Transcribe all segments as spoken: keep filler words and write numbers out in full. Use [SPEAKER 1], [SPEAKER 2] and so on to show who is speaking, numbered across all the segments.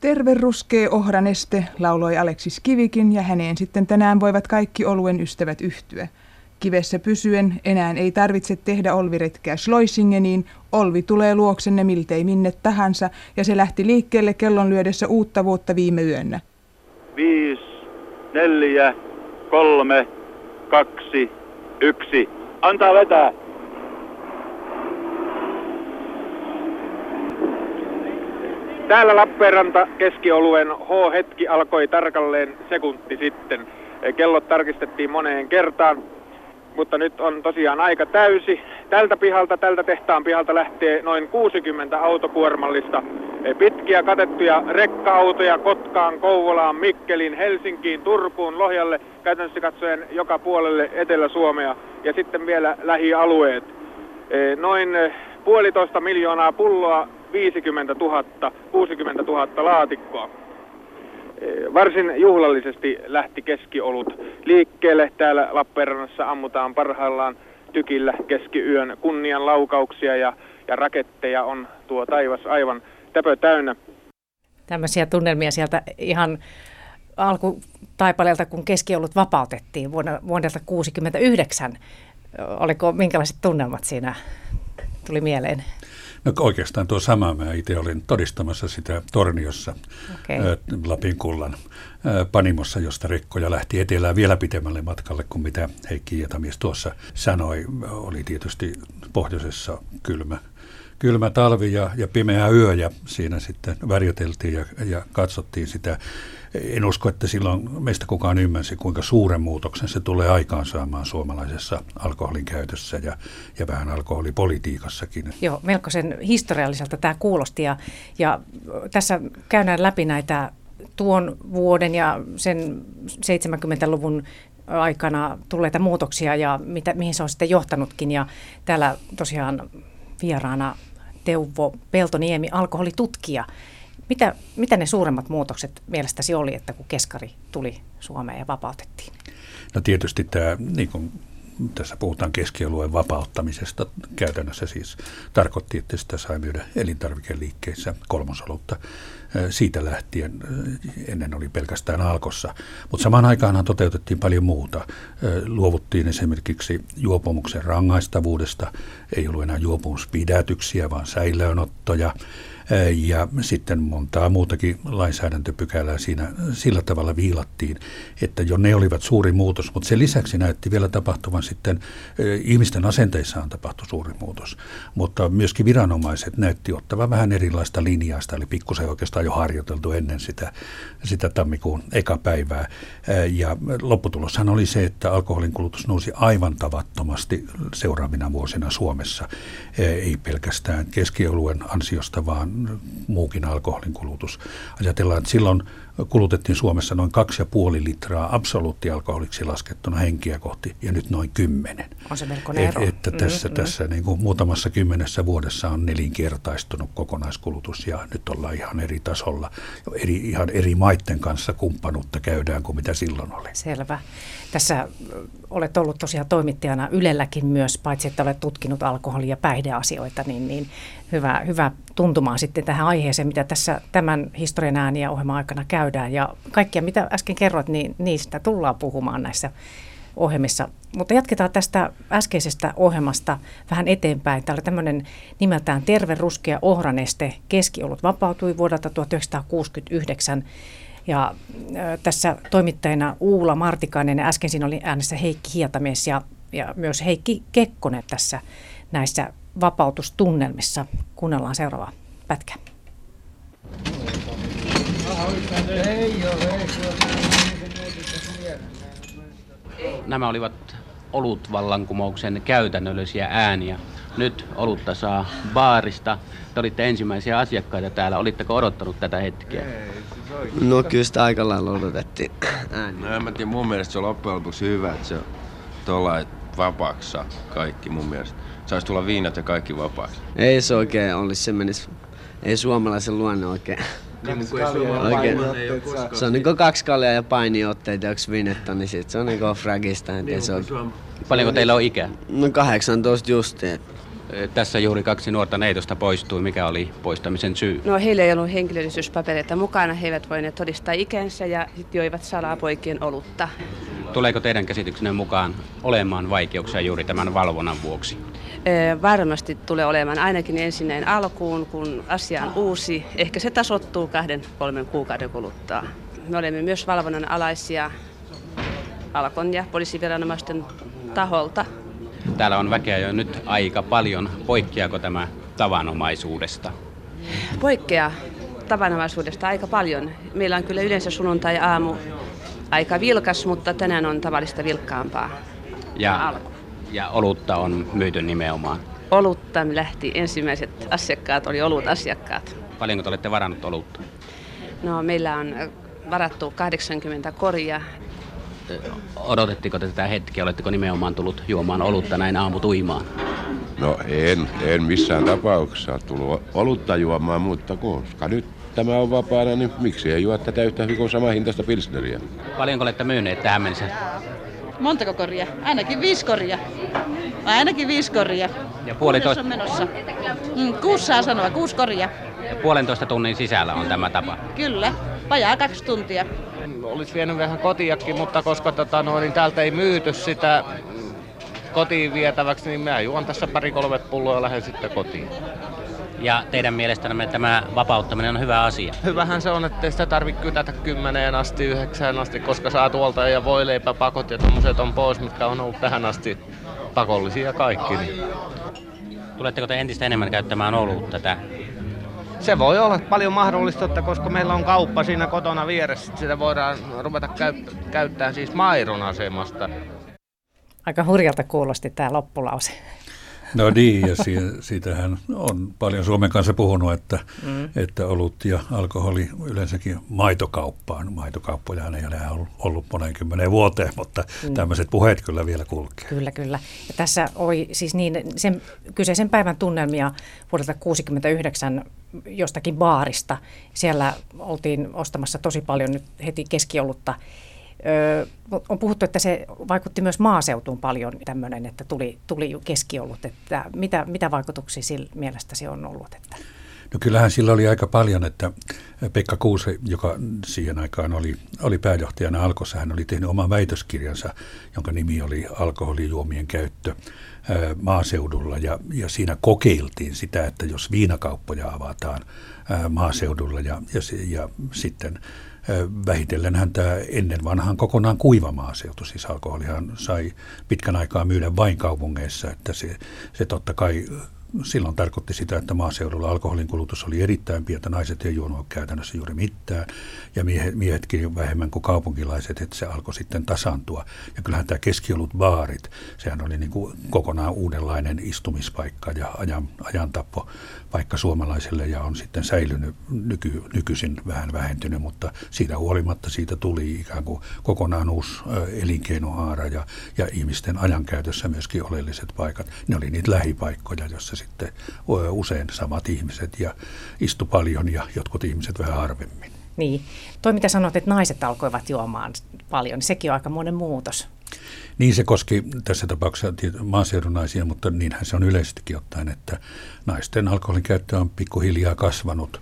[SPEAKER 1] Terve ruskee ohraneste, lauloi Aleksis Kivikin, ja häneen sitten tänään voivat kaikki oluen ystävät yhtyä. Kivessä pysyen enää ei tarvitse tehdä olviretkeä Schleusingeniin, olvi tulee luoksenne miltei minne tahansa, ja se lähti liikkeelle kellon lyödessä uutta vuotta viime yönä.
[SPEAKER 2] Viisi, neljä, kolme, kaksi, yksi. Antaa vetää.
[SPEAKER 3] Täällä Lappeenranta keskioluen H-hetki alkoi tarkalleen sekunti sitten. Kellot tarkistettiin moneen kertaan, mutta nyt on tosiaan aika täysi. Tältä pihalta, tältä tehtaan pihalta lähtee noin kuusikymmentä autokuormallista pitkiä katettuja rekka-autoja Kotkaan, Kouvolaan, Mikkeliin, Helsinkiin, Turkuun, Lohjalle, käytännössä katsoen joka puolelle Etelä-Suomea ja sitten vielä lähialueet. Noin puolitoista miljoonaa pulloa, viisikymmentätuhatta, kuusikymmentätuhatta laatikkoa. Varsin juhlallisesti lähti keskiolut liikkeelle. Täällä Lappeenrannassa ammutaan parhaillaan tykillä keskiyön kunnianlaukauksia ja, ja raketteja on tuo taivas aivan täpö täynnä.
[SPEAKER 4] Tämmöisiä tunnelmia sieltä ihan alkutaipaleelta, kun keskiolut vapautettiin vuonna, vuodelta kuusikymmentäyhdeksän. Oliko minkälaiset tunnelmat siinä tuli mieleen?
[SPEAKER 5] No oikeastaan tuo sama. Mä itse olin todistamassa sitä Torniossa, okay. ä, Lapin kullan ä, panimossa, josta rekkoja lähti etelään vielä pitemmälle matkalle kuin mitä Heikki Hietamies tuossa sanoi. Oli tietysti pohjoisessa kylmä, kylmä talvi ja, ja pimeä yö, ja siinä sitten värjöteltiin ja, ja katsottiin sitä. En usko, että silloin meistä kukaan ymmärsi, kuinka suuren muutoksen se tulee aikaansaamaan suomalaisessa alkoholin käytössä ja, ja vähän alkoholipolitiikassakin.
[SPEAKER 4] Joo, melkoisen historialliselta tämä kuulosti, ja, ja tässä käydään läpi näitä tuon vuoden ja sen seitsemänkymmentäluvun aikana tulleita muutoksia ja mitä, mihin se on sitten johtanutkin. Ja täällä tosiaan vieraana Teuvo Peltoniemi, alkoholitutkija. Mitä, mitä ne suuremmat muutokset mielestäsi oli, että kun keskari tuli Suomeen ja vapautettiin?
[SPEAKER 5] No tietysti tämä, niin kuin tässä puhutaan keskioluen vapauttamisesta, käytännössä siis tarkoitti, että sitä sai myydä elintarvikeliikkeissä kolmosolutta. Siitä lähtien, ennen oli pelkästään Alkossa, mutta samaan aikaanhan toteutettiin paljon muuta. Luovuttiin esimerkiksi juopumuksen rangaistavuudesta, ei ollut enää juopumuspidätyksiä, vaan säilöönottoja. Ja sitten montaa muutakin lainsäädäntöpykälää siinä sillä tavalla viilattiin, että jo ne olivat suuri muutos, mutta sen lisäksi näytti vielä tapahtuvan sitten, ihmisten asenteissaan tapahtui suuri muutos, mutta myöskin viranomaiset näytti ottavan vähän erilaista linjaa, sitä oli pikkusen oikeastaan jo harjoiteltu ennen sitä, sitä tammikuun eka päivää, ja lopputuloshan oli se, että alkoholin kulutus nousi aivan tavattomasti seuraavina vuosina Suomessa, ei pelkästään keskioluen ansiosta, vaan muukin alkoholin kulutus. Ajatellaan, että silloin kulutettiin Suomessa noin kaksi ja puoli litraa absoluuttialkoholiksi laskettuna henkiä kohti, ja nyt noin kymmenen.
[SPEAKER 4] On se melkoinen ero.
[SPEAKER 5] Et, että tässä, mm-hmm. tässä niin kuin muutamassa kymmenessä vuodessa on nelinkertaistunut kokonaiskulutus, ja nyt ollaan ihan eri tasolla. Eri, ihan eri maiden kanssa kumppanuutta käydään kuin mitä silloin oli.
[SPEAKER 4] Selvä. Tässä olet ollut tosiaan toimittajana Ylelläkin myös, paitsi että olet tutkinut alkoholi- ja päihdeasioita, niin, niin hyvä, hyvä tuntumaan sitten tähän aiheeseen, mitä tässä tämän historian ääniä ohjelman aikana käydään. Ja kaikkia, mitä äsken kerroit, niin niistä tullaan puhumaan näissä ohjelmissa. Mutta jatketaan tästä äskeisestä ohjelmasta vähän eteenpäin. Täällä tämmöinen nimeltään Terve ruskea ohraneste, keskiolut vapautui vuodelta tuhatyhdeksänsataakuusikymmentäyhdeksän. Ja äh, tässä toimittajina Uula Martikainen ja äsken siinä oli äänessä Heikki Hietamies ja, ja myös Heikki Kekkonen tässä näissä vapautustunnelmissa. Kuunnellaan seuraava pätkä.
[SPEAKER 6] Nämä olivat olutvallankumouksen käytännöllisiä ääniä. Nyt olutta saa baarista. Te olitte ensimmäisiä asiakkaita täällä. Olitteko odottanut tätä hetkeä?
[SPEAKER 7] No kyllä sitä aika lailla odotettiin ääniä.
[SPEAKER 8] No en mä tiedä, mun mielestä se on loppujen lopuksi hyvä, että se tuolla vapaaksi saa kaikki mun mielestä. Saisi tulla viinat ja kaikki vapaaksi.
[SPEAKER 7] Ei se oikein olisi, se menisi, ei suomalaisen luonne oikein. Oikein. Se on niinku kaksi kaljaa ja painiotteita, onko vinettä, niin sit se on niinku fragista. Niin, se on...
[SPEAKER 6] Paljonko teillä on ikää?
[SPEAKER 7] No kahdeksantoista justiin.
[SPEAKER 6] Tässä juuri kaksi nuorta neitosta poistui. Mikä oli poistamisen syy?
[SPEAKER 9] No heillä ei ollut henkilöllisyyspapereita mukana. He eivät voineet todistaa ikänsä ja sitten joivat salaa poikien olutta.
[SPEAKER 6] Tuleeko teidän käsityksenne mukaan olemaan vaikeuksia juuri tämän valvonnan vuoksi?
[SPEAKER 9] Ee, varmasti tulee olemaan ainakin ensin näin alkuun, kun asia on uusi. Ehkä se tasoittuu kahden, kolmen kuukauden kuluttua. Me olemme myös valvonnan alaisia Alkon ja poliisiviranomaisten taholta.
[SPEAKER 6] Täällä on väkeä jo nyt aika paljon. Poikkeako tämä tavanomaisuudesta?
[SPEAKER 9] Poikkeaa tavanomaisuudesta aika paljon. Meillä on kyllä yleensä sunnuntai-aamu aika vilkas, mutta tänään on tavallista vilkkaampaa.
[SPEAKER 6] Ja, ja olutta on myyty nimenomaan?
[SPEAKER 9] Olutta lähti. Ensimmäiset asiakkaat oli olut-asiakkaat.
[SPEAKER 6] Paljonko te olette varannut olutta?
[SPEAKER 9] No meillä on varattu kahdeksankymmentä koria.
[SPEAKER 6] Odotettiko te tätä hetkeä? Oletteko nimenomaan tullut juomaan olutta näin aamutuimaan?
[SPEAKER 10] No en, en missään tapauksessa tullut olutta juomaan, mutta koska nyt tämä on vapaana, niin miksi ei juo tätä yhtä hyvin kuin sama hintaista pilsneriä?
[SPEAKER 6] Paljonko olette myyneet tähän mennessä?
[SPEAKER 11] Montako koria? Ainakin viisi koria. Ainakin viisi koria.
[SPEAKER 6] Ja puolitoista...
[SPEAKER 11] on menossa. Mm, kuusi saa sanoa, kuusi koria.
[SPEAKER 6] Ja puolentoista tunnin sisällä on tämä tapa?
[SPEAKER 11] Kyllä, vajaa kaksi tuntia.
[SPEAKER 12] Olisi vienyt vähän kotiakin, mutta koska tota, no, niin täältä ei myyty sitä kotiin vietäväksi, niin mä juon tässä pari-kolme pulloa ja lähden sitten kotiin.
[SPEAKER 6] Ja teidän mielestänne tämä vapauttaminen on hyvä asia?
[SPEAKER 12] Hyvähän se on, ettei sitä tarvitse kytätä kymmeneen asti, yhdeksään asti, koska saa tuolta ja voileipäpakot ja tommoset on pois, mitkä on ollut tähän asti pakollisia kaikki. Niin.
[SPEAKER 6] Tuletteko te entistä enemmän käyttämään olutta tätä?
[SPEAKER 12] Se voi olla paljon mahdollista, että koska meillä on kauppa siinä kotona vieressä, sitä voidaan ruveta käy- käyttämään siis maidon asemasta.
[SPEAKER 4] Aika hurjalta kuulosti tämä loppulause.
[SPEAKER 5] No niin, ja siitähän on paljon Suomen kanssa puhunut, että, mm. että olut ja alkoholi yleensäkin maitokauppaan. Maitokauppojahan ei ole ollut monen kymmeneen vuoteen, mutta mm. tämmöiset puheet kyllä vielä kulkee.
[SPEAKER 4] Kyllä, kyllä. Ja tässä oli siis niin, sen kyseisen päivän tunnelmia vuodelta kuusikymmentäyhdeksän jostakin baarista. Siellä oltiin ostamassa tosi paljon nyt heti keskiolutta. Öö, on puhuttu, että se vaikutti myös maaseutuun paljon tämmöinen, että tuli, tuli keskiolut. Että mitä, mitä vaikutuksia sillä mielestäsi on ollut? Että?
[SPEAKER 5] No kyllähän sillä oli aika paljon, että Pekka Kuuse, joka siihen aikaan oli, oli pääjohtajana Alkossa, hän oli tehnyt oman väitöskirjansa, jonka nimi oli Alkoholijuomien käyttö ää, maaseudulla. Ja, ja siinä kokeiltiin sitä, että jos viinakauppoja avataan ää, maaseudulla ja, ja, ja sitten vähitellenhän tämä ennen vanhaan kokonaan kuiva maaseutu, siis alkoholihan sai pitkän aikaa myydä vain kaupungeissa, että se, se totta kai silloin tarkoitti sitä, että maaseudulla alkoholin kulutus oli erittäin pientä, naiset ei juonut käytännössä juuri mitään ja miehet, miehetkin vähemmän kuin kaupunkilaiset, että se alkoi sitten tasaantua. Ja kyllähän tämä keskiolutbaarit, sehän oli niin kuin kokonaan uudenlainen istumispaikka ja ajan, ajantappo paikka suomalaiselle ja on sitten säilynyt nyky, nykyisin vähän vähentynyt, mutta siitä huolimatta siitä tuli ikään kuin kokonaan uusi elinkeinohaara ja, ja ihmisten ajankäytössä myöskin oleelliset paikat. Ne oli niitä lähipaikkoja, joissa sitten usein samat ihmiset ja istu paljon ja jotkut ihmiset vähän harvemmin.
[SPEAKER 4] Niin. Toi mitä sanot, että naiset alkoivat juomaan paljon, niin sekin on aikamoinen muutos.
[SPEAKER 5] Niin se koski tässä tapauksessa maaseudun naisia, mutta niinhän se on yleisestikin ottaen, että naisten alkoholin käyttö on pikkuhiljaa kasvanut.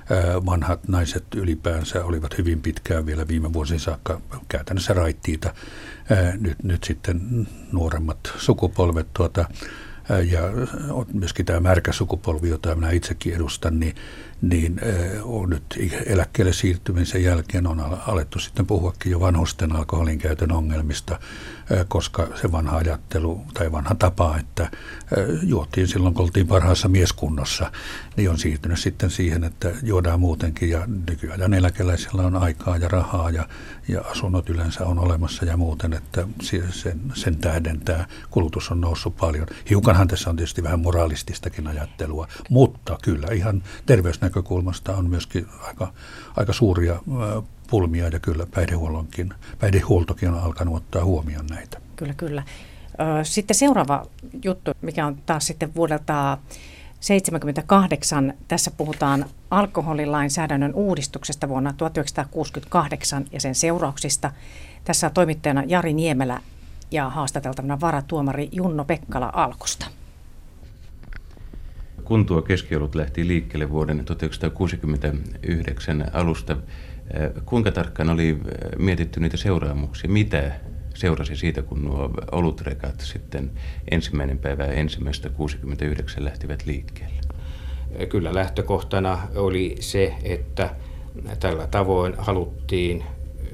[SPEAKER 5] Vanhat naiset ylipäänsä olivat hyvin pitkään vielä viime vuosien saakka käytännössä raittiita. Nyt, nyt sitten nuoremmat sukupolvet tuota, ja myöskin tämä märkä sukupolvi, jota minä itsekin edustan, niin, niin on nyt eläkkeelle siirtymisen jälkeen on alettu sitten puhuakin jo vanhusten alkoholin käytön ongelmista, koska se vanha ajattelu tai vanha tapa, että juotiin silloin, kun oltiin parhaassa mieskunnossa, niin on siirtynyt sitten siihen, että juodaan muutenkin ja nykyajan eläkeläisillä on aikaa ja rahaa ja, ja asunnot yleensä on olemassa ja muuten, että sen, sen tähden tämä kulutus on noussut paljon. Hiukanhan tässä on tietysti vähän moralististakin ajattelua, mutta kyllä ihan terveysnäkökulmasta on myöskin aika, aika suuria pulmia ja kyllä päihdehuollonkin, päihdehuoltokin on alkanut ottaa huomioon näitä.
[SPEAKER 4] Kyllä, kyllä. Sitten seuraava juttu, mikä on taas sitten vuodelta seitsemänkymmentäkahdeksan. Tässä puhutaan alkoholilainsäädännön uudistuksesta vuonna tuhatyhdeksänsataakuusikymmentäkahdeksan ja sen seurauksista. Tässä on toimittajana Jari Niemelä ja haastateltavana varatuomari Junno Pekkala Alkosta.
[SPEAKER 13] kun tuo keskiolut lähti liikkeelle vuoden tuhatyhdeksänsataakuusikymmentäyhdeksän alusta, kuinka tarkkaan oli mietitty niitä seuraamuksia? Mitä seurasi siitä, kun nuo olutrekat sitten ensimmäinen päivä ensimmäistä kuusikymmentäyhdeksän lähtivät liikkeelle?
[SPEAKER 14] Kyllä lähtökohtana oli se, että tällä tavoin haluttiin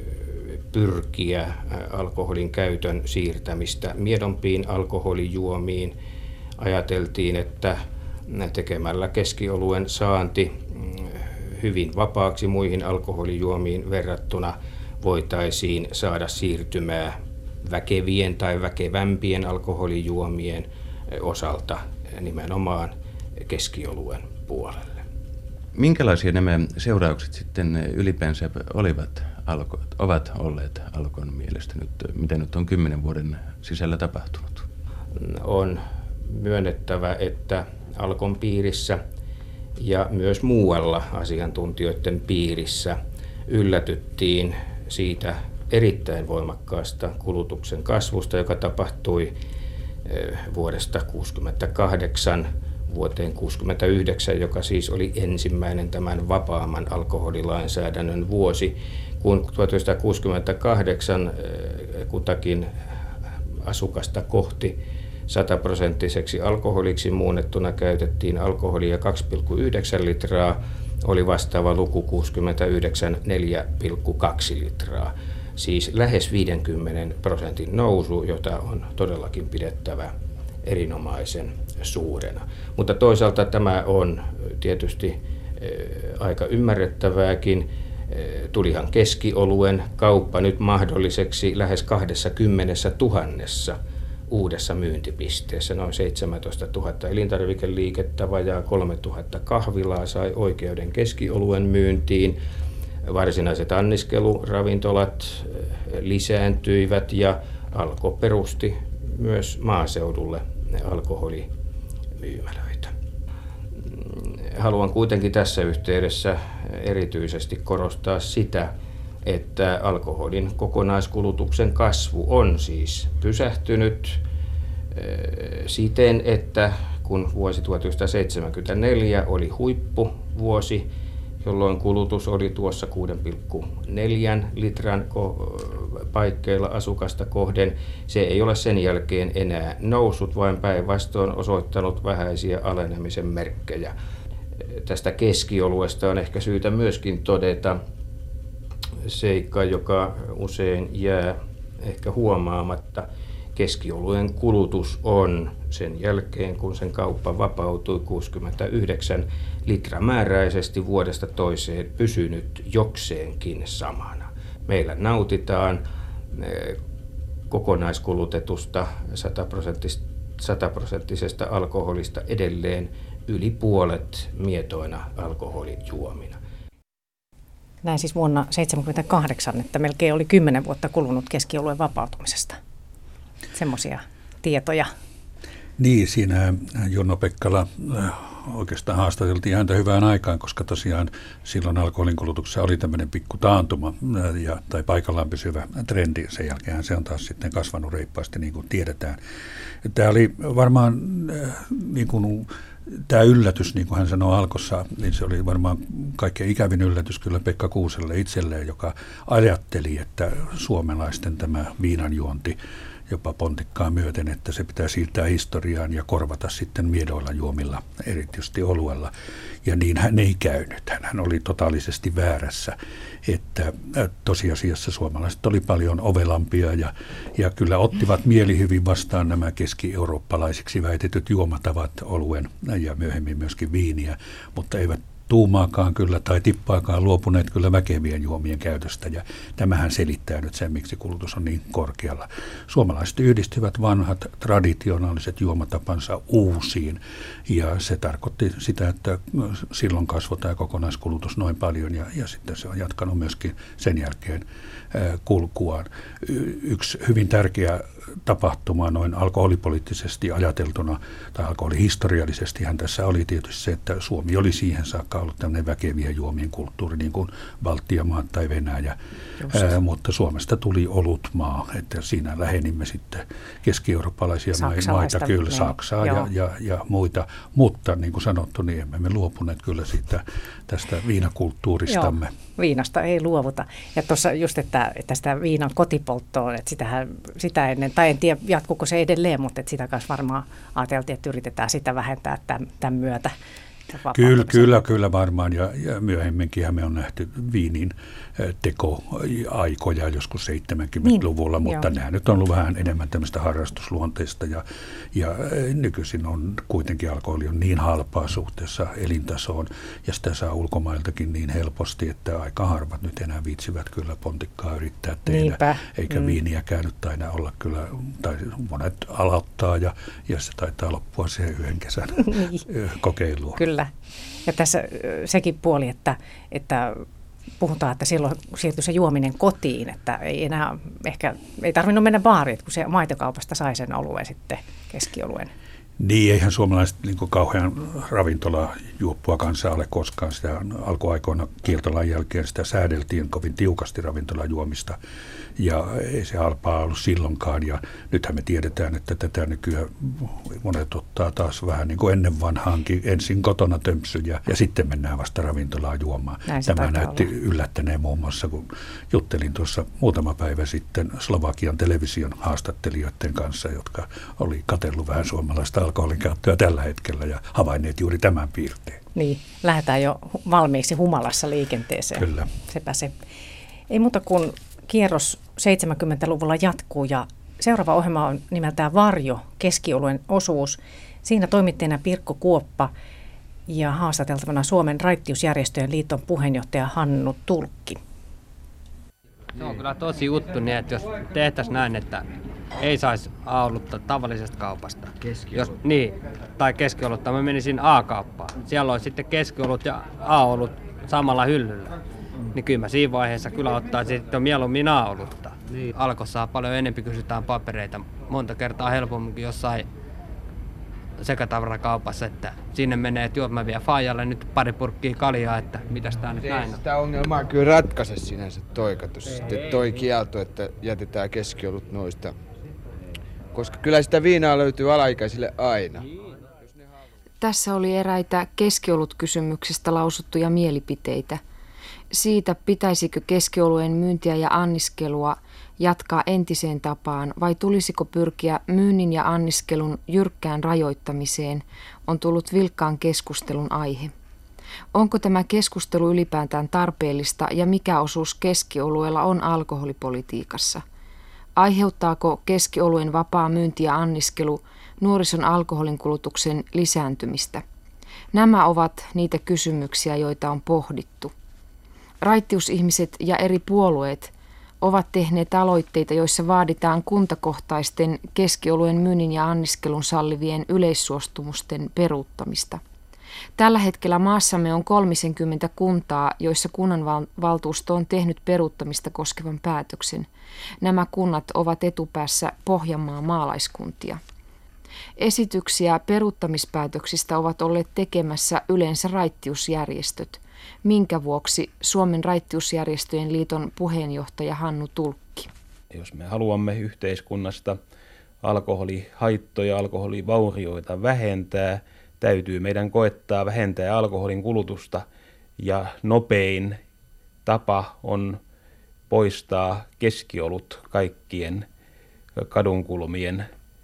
[SPEAKER 14] pyrkiä alkoholin käytön siirtämistä miedompiin alkoholijuomiin. Ajateltiin, että tekemällä keskioluen saanti hyvin vapaaksi muihin alkoholijuomiin verrattuna voitaisiin saada siirtymää väkevien tai väkevämpien alkoholijuomien osalta nimenomaan keskioluen puolelle.
[SPEAKER 13] Minkälaisia nämä seuraukset sitten ylipäänsä olivat, alko, ovat olleet Alkon mielestä nyt, mitä nyt on kymmenen vuoden sisällä tapahtunut?
[SPEAKER 14] On myönnettävä, että Alkon piirissä ja myös muualla asiantuntijoiden piirissä yllätyttiin siitä erittäin voimakkaasta kulutuksen kasvusta, joka tapahtui vuodesta kuusikymmentäkahdeksan vuoteen kuusikymmentäyhdeksän, joka siis oli ensimmäinen tämän vapaamman alkoholilainsäädännön vuosi, kun tuhatyhdeksänsataakuusikymmentäkahdeksan kutakin asukasta kohti sataprosenttiseksi alkoholiksi muunnettuna käytettiin alkoholia kaksi pilkku yhdeksän litraa, oli vastaava luku kuusikymmentäyhdeksän neljä pilkku kaksi litraa. Siis lähes viidenkymmenen prosentin nousu, jota on todellakin pidettävä erinomaisen suurena. Mutta toisaalta tämä on tietysti aika ymmärrettävääkin. Tulihan keskioluen kauppa nyt mahdolliseksi lähes kahdessakymmenessä tuhannessa uudessa myyntipisteessä. Noin seitsemäntoista tuhatta elintarvikeliikettä, vajaa kolme tuhatta kahvilaa sai oikeuden keskioluen myyntiin. Varsinaiset anniskeluravintolat lisääntyivät ja Alko perusti myös maaseudulle alkoholimyymälöitä. Haluan kuitenkin tässä yhteydessä erityisesti korostaa sitä, että alkoholin kokonaiskulutuksen kasvu on siis pysähtynyt siten, että kun vuosi tuhatyhdeksänsataaseitsemänkymmentäneljä oli huippuvuosi, jolloin kulutus oli tuossa kuusi pilkku neljä litran paikkeilla asukasta kohden, se ei ole sen jälkeen enää noussut, vaan päinvastoin osoittanut vähäisiä alenemisen merkkejä. Tästä keskioluesta on ehkä syytä myöskin todeta seikka, joka usein jää ehkä huomaamatta. Keskioluen kulutus on sen jälkeen, kun sen kauppa vapautui kuusikymmentäyhdeksän litramääräisesti vuodesta toiseen, pysynyt jokseenkin samana. Meillä nautitaan kokonaiskulutetusta sataprosenttisesta alkoholista edelleen yli puolet mietoina alkoholijuomina.
[SPEAKER 4] Näin siis vuonna tuhatyhdeksänsataaseitsemänkymmentäkahdeksan, että melkein oli kymmenen vuotta kulunut keskioluen vapautumisesta. Semmoisia tietoja.
[SPEAKER 5] Niin, siinä Junno Pekkala oikeastaan haastateltiin häntä hyvään aikaan, koska tosiaan silloin alkoholin kulutuksessa oli tämmöinen pikku taantuma ja, tai paikallaan pysyvä trendi. Sen jälkeen se on taas sitten kasvanut reippaasti, niin kuin tiedetään. Tämä oli varmaan niin kuin tämä yllätys, niin kuin hän sanoi Alkossa, niin se oli varmaan kaikkein ikävin yllätys kyllä Pekka Kuuselle itselleen, joka ajatteli, että suomalaisten tämä viinanjuonti jopa pontikkaa myöten, että se pitää siirtää historiaan ja korvata sitten miedoilla juomilla, erityisesti oluella. Ja niin hän ei käynyt. Hän oli totaalisesti väärässä, että tosiasiassa suomalaiset oli paljon ovelampia ja, ja kyllä ottivat mielihyvin vastaan nämä keski-eurooppalaisiksi väitetyt juomatavat, oluen ja myöhemmin myöskin viiniä, mutta eivät tuumaakaan kyllä tai tippaakaan luopuneet kyllä väkevien juomien käytöstä, ja tämähän selittää nyt sen, miksi kulutus on niin korkealla. Suomalaiset yhdistyvät vanhat traditionaaliset juomatapansa uusiin, ja se tarkoitti sitä, että silloin kasvoi tämä kokonaiskulutus noin paljon, ja, ja sitten se on jatkanut myöskin sen jälkeen ää, kulkuaan. Y- yksi hyvin tärkeä tapahtuma noin alkoholipoliittisesti ajateltuna tai alkoholihistoriallisesti hän tässä oli tietysti se, että Suomi oli siihen saakka koskaan ollut tämmöinen väkevien juomien kulttuuri, niin kuin Baltian maat tai Venäjä. Ää, mutta Suomesta tuli olutmaa, että siinä lähenimme sitten keski-eurooppalaisia maita, kyllä niin, Saksaa ja, ja, ja muita. Mutta niin kuin sanottu, niin emme me luopuneet kyllä siitä tästä viinakulttuuristamme.
[SPEAKER 4] Joo, viinasta ei luovuta. Ja tuossa just, että, että sitä viinan kotipolttoa, että sitähän, sitä ennen, tai en tiedä jatkuuko se edelleen, mutta että sitä kanssa varmaan ajateltiin, että yritetään sitä vähentää tämän, tämän myötä.
[SPEAKER 5] Kyllä, kyllä, kyllä varmaan ja, ja myöhemminkin me on nähty viinin tekoaikoja joskus seitsemänkymmentäluvulla, niin, mutta joo. Nämä nyt on ollut vähän enemmän tämmöistä harrastusluonteista ja, ja nykyisin on kuitenkin alkoholi on niin halpaa suhteessa elintasoon ja sitä saa ulkomailtakin niin helposti, että aika harvat nyt enää viitsivät kyllä pontikkaa yrittää tehdä, niinpä. Eikä mm. viiniäkään nyt aina olla kyllä, tai monet aloittaa ja, ja se taitaa loppua siihen yhden kesän niin. kokeiluun.
[SPEAKER 4] Kyllä. Ja tässä sekin puoli, että, että puhutaan, että silloin siirtyi se juominen kotiin, että ei enää ehkä, ei tarvinnut mennä baariin, kun se maitokaupasta sai sen oluen sitten keskioluen.
[SPEAKER 5] Niin, eihän suomalaiset niin kuin kauhean ravintolajuoppua kanssa ole koskaan. Sitä alkuaikoina kieltolain jälkeen sitä säädeltiin kovin tiukasti ravintolajuomista ja ei se halpaa ollut silloinkaan. Ja nythän me tiedetään, että tätä nykyään monet ottaa taas vähän niin kuin ennen vanhaankin ensin kotona tömpsyjä ja sitten mennään vasta ravintolaan juomaan. Tämä näytti olla yllättäneen muun muassa, kun juttelin tuossa muutama päivä sitten Slovakian television haastattelijoiden kanssa, jotka oli katsellut vähän suomalaista alkoholin käyttöä tällä hetkellä ja havainneet juuri tämän piirteen.
[SPEAKER 4] Niin, lähdetään jo valmiiksi humalassa liikenteeseen.
[SPEAKER 5] Kyllä.
[SPEAKER 4] Sepä se. Ei muuta kuin kierros seitsemänkymmentäluvulla jatkuu ja seuraava ohjelma on nimeltään Varjo, keskioluen osuus. Siinä toimittajana Pirkko Kuoppa ja haastateltavana Suomen raittiusjärjestöjen liiton puheenjohtaja Hannu Tulkki.
[SPEAKER 15] Se on kyllä tosi juttu niin, että jos tehtäisiin näin, että ei saisi A-olutta tavallisesta kaupasta. Jos, niin, tai keskiolutta. Mä menisin A-kauppaan. Siellä on sitten keskiolut ja A-olut samalla hyllyllä. Niin kyllä mä siinä vaiheessa kyllä ottaisin sitten mieluummin A-olutta. Niin. Alkossa paljon enemmän kysytään papereita. Monta kertaa helpommin jossain sekatavarakaupassa, että sinne menee, että joo, mä vien faijalle nyt pari purkkiä kaljaa, että mitäs tää nyt näin on.
[SPEAKER 16] Sitä ongelmaa kyllä ratkaise sinänsä toi, kato, sitten toi kielto, että jätetään keskiolut noista. Koska kyllä sitä viinaa löytyy alaikäisille aina.
[SPEAKER 17] Tässä oli eräitä keskiolutkysymyksistä lausuttuja mielipiteitä. Siitä, pitäisikö keskioluen myyntiä ja anniskelua jatkaa entiseen tapaan vai tulisiko pyrkiä myynnin ja anniskelun jyrkkään rajoittamiseen, on tullut vilkkaan keskustelun aihe. Onko tämä keskustelu ylipäätään tarpeellista ja mikä osuus keskiolueella on alkoholipolitiikassa? Aiheuttaako keskioluen vapaa myynti ja anniskelu nuorison alkoholin kulutuksen lisääntymistä? Nämä ovat niitä kysymyksiä, joita on pohdittu. Raittiusihmiset ja eri puolueet ovat tehneet aloitteita, joissa vaaditaan kuntakohtaisten keskioluen myynnin ja anniskelun sallivien yleissuostumusten peruuttamista. Tällä hetkellä maassamme on kolmekymmentä kuntaa, joissa kunnanvaltuusto on tehnyt peruuttamista koskevan päätöksen. Nämä kunnat ovat etupäässä Pohjanmaan maalaiskuntia. Esityksiä peruuttamispäätöksistä ovat olleet tekemässä yleensä raittiusjärjestöt, minkä vuoksi Suomen raittiusjärjestöjen liiton puheenjohtaja Hannu Tulkki.
[SPEAKER 18] Jos me haluamme yhteiskunnasta alkoholihaittoja, alkoholivaurioita vähentää, täytyy meidän koettaa vähentää alkoholin kulutusta ja nopein tapa on poistaa keskiolut kaikkien kadunkulmien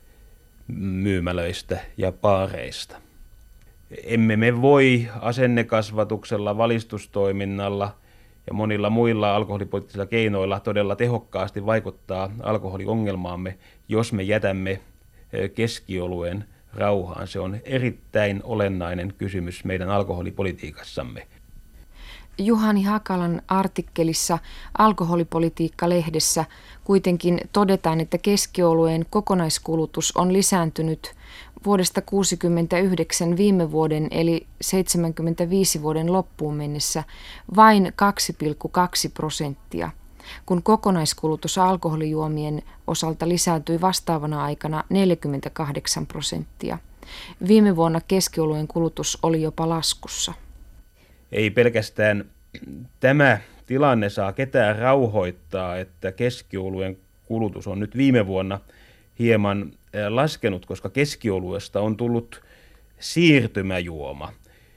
[SPEAKER 18] myymälöistä ja baareista. Emme me voi asennekasvatuksella, valistustoiminnalla ja monilla muilla alkoholipoliittisilla keinoilla todella tehokkaasti vaikuttaa alkoholiongelmaamme, jos me jätämme keskioluen rauhaan. Se on erittäin olennainen kysymys meidän alkoholipolitiikassamme.
[SPEAKER 17] Juhani Hakalan artikkelissa Alkoholipolitiikka-lehdessä kuitenkin todetaan, että keskiolueen kokonaiskulutus on lisääntynyt vuodesta kuusikymmentäyhdeksän viime vuoden eli seitsemänkymmentäviisi vuoden loppuun mennessä vain kaksi pilkku kaksi prosenttia, kun kokonaiskulutus alkoholijuomien osalta lisääntyi vastaavana aikana neljäkymmentäkahdeksan prosenttia. Viime vuonna keskioluen kulutus oli jopa laskussa.
[SPEAKER 18] ei pelkästään tämä tilanne saa ketään rauhoittaa, että keskioluen kulutus on nyt viime vuonna hieman laskenut, koska keskioluesta on tullut siirtymäjuoma.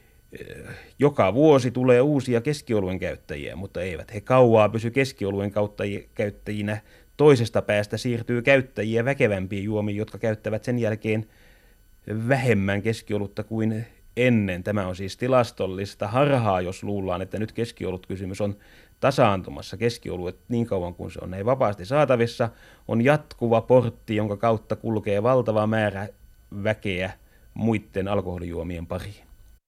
[SPEAKER 18] Joka vuosi tulee uusia keskioluen käyttäjiä, mutta eivät he kauaa pysy keskioluen käyttäjinä. Toisesta päästä siirtyy käyttäjiä väkevämpiin juomiin, jotka käyttävät sen jälkeen vähemmän keskiolutta kuin ennen. Tämä on siis tilastollista harhaa, jos luullaan, että nyt keskiolutkysymys on tasaantumassa. Keskioluet niin kauan kuin se on näin vapaasti saatavissa, on jatkuva portti, jonka kautta kulkee valtava määrä väkeä muiden alkoholijuomien pariin.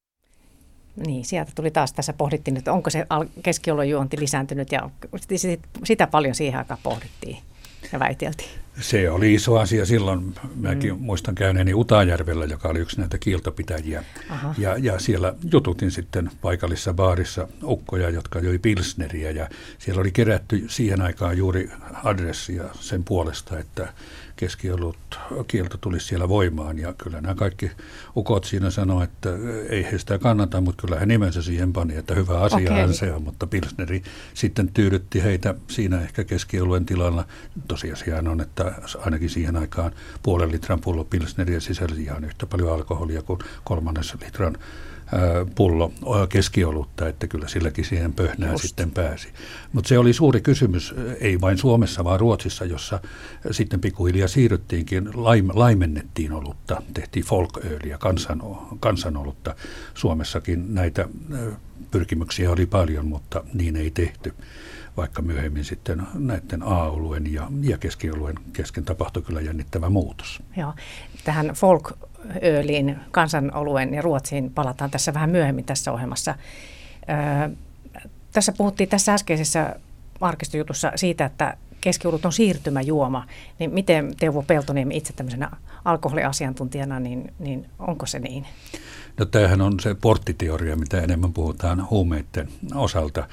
[SPEAKER 4] Niin, sieltä tuli taas tässä pohdittiin, että onko se keskioluen juonti lisääntynyt ja sitä paljon siihen aikaan pohdittiin ja väiteltiin.
[SPEAKER 5] Se oli iso asia silloin. Mäkin mm. muistan käyneeni Utajärvellä, joka oli yksi näitä kiiltopitäjiä. Ja, ja siellä jututin sitten paikallisessa baarissa ukkoja, jotka joi pilsneriä. Ja siellä oli kerätty siihen aikaan juuri adressia sen puolesta, että keskiolut kielto tulisi siellä voimaan. Ja kyllä nämä kaikki ukot siinä sanoi, että ei he sitä kannata, mutta kyllä he nimensä siihen pani, että hyvä asiahan okay. se on. Mutta pilsneri sitten tyydytti heitä siinä ehkä keskioluen tilalla. Tosiasiaan on, että ainakin siihen aikaan puolen litran pullo pilsneriä sisälsi ihan yhtä paljon alkoholia kuin kolmannes litran pullo keskiolutta, että kyllä silläkin siihen pöhnään Just. sitten pääsi. Mutta se oli suuri kysymys, ei vain Suomessa, vaan Ruotsissa, jossa sitten pikkuhiljaa siirryttiinkin, laim, laimennettiin olutta, tehtiin folköliä, kansan, kansanolutta. Suomessakin näitä pyrkimyksiä oli paljon, mutta niin ei tehty, vaikka myöhemmin sitten näiden A-oluen ja, ja keskioluen kesken tapahtui kyllä jännittävä muutos.
[SPEAKER 4] Joo, tähän folk ööliin, kansanoluen ja Ruotsiin palataan tässä vähän myöhemmin tässä ohjelmassa. Öö, tässä puhuttiin tässä äskeisessä arkistojutussa siitä, että keskiolut on siirtymäjuoma. Niin miten Teuvo Peltoniemi itse tämmöisenä alkoholiasiantuntijana, niin, niin onko se niin?
[SPEAKER 5] No tämähän on se porttiteoria, mitä enemmän puhutaan huumeiden osalta.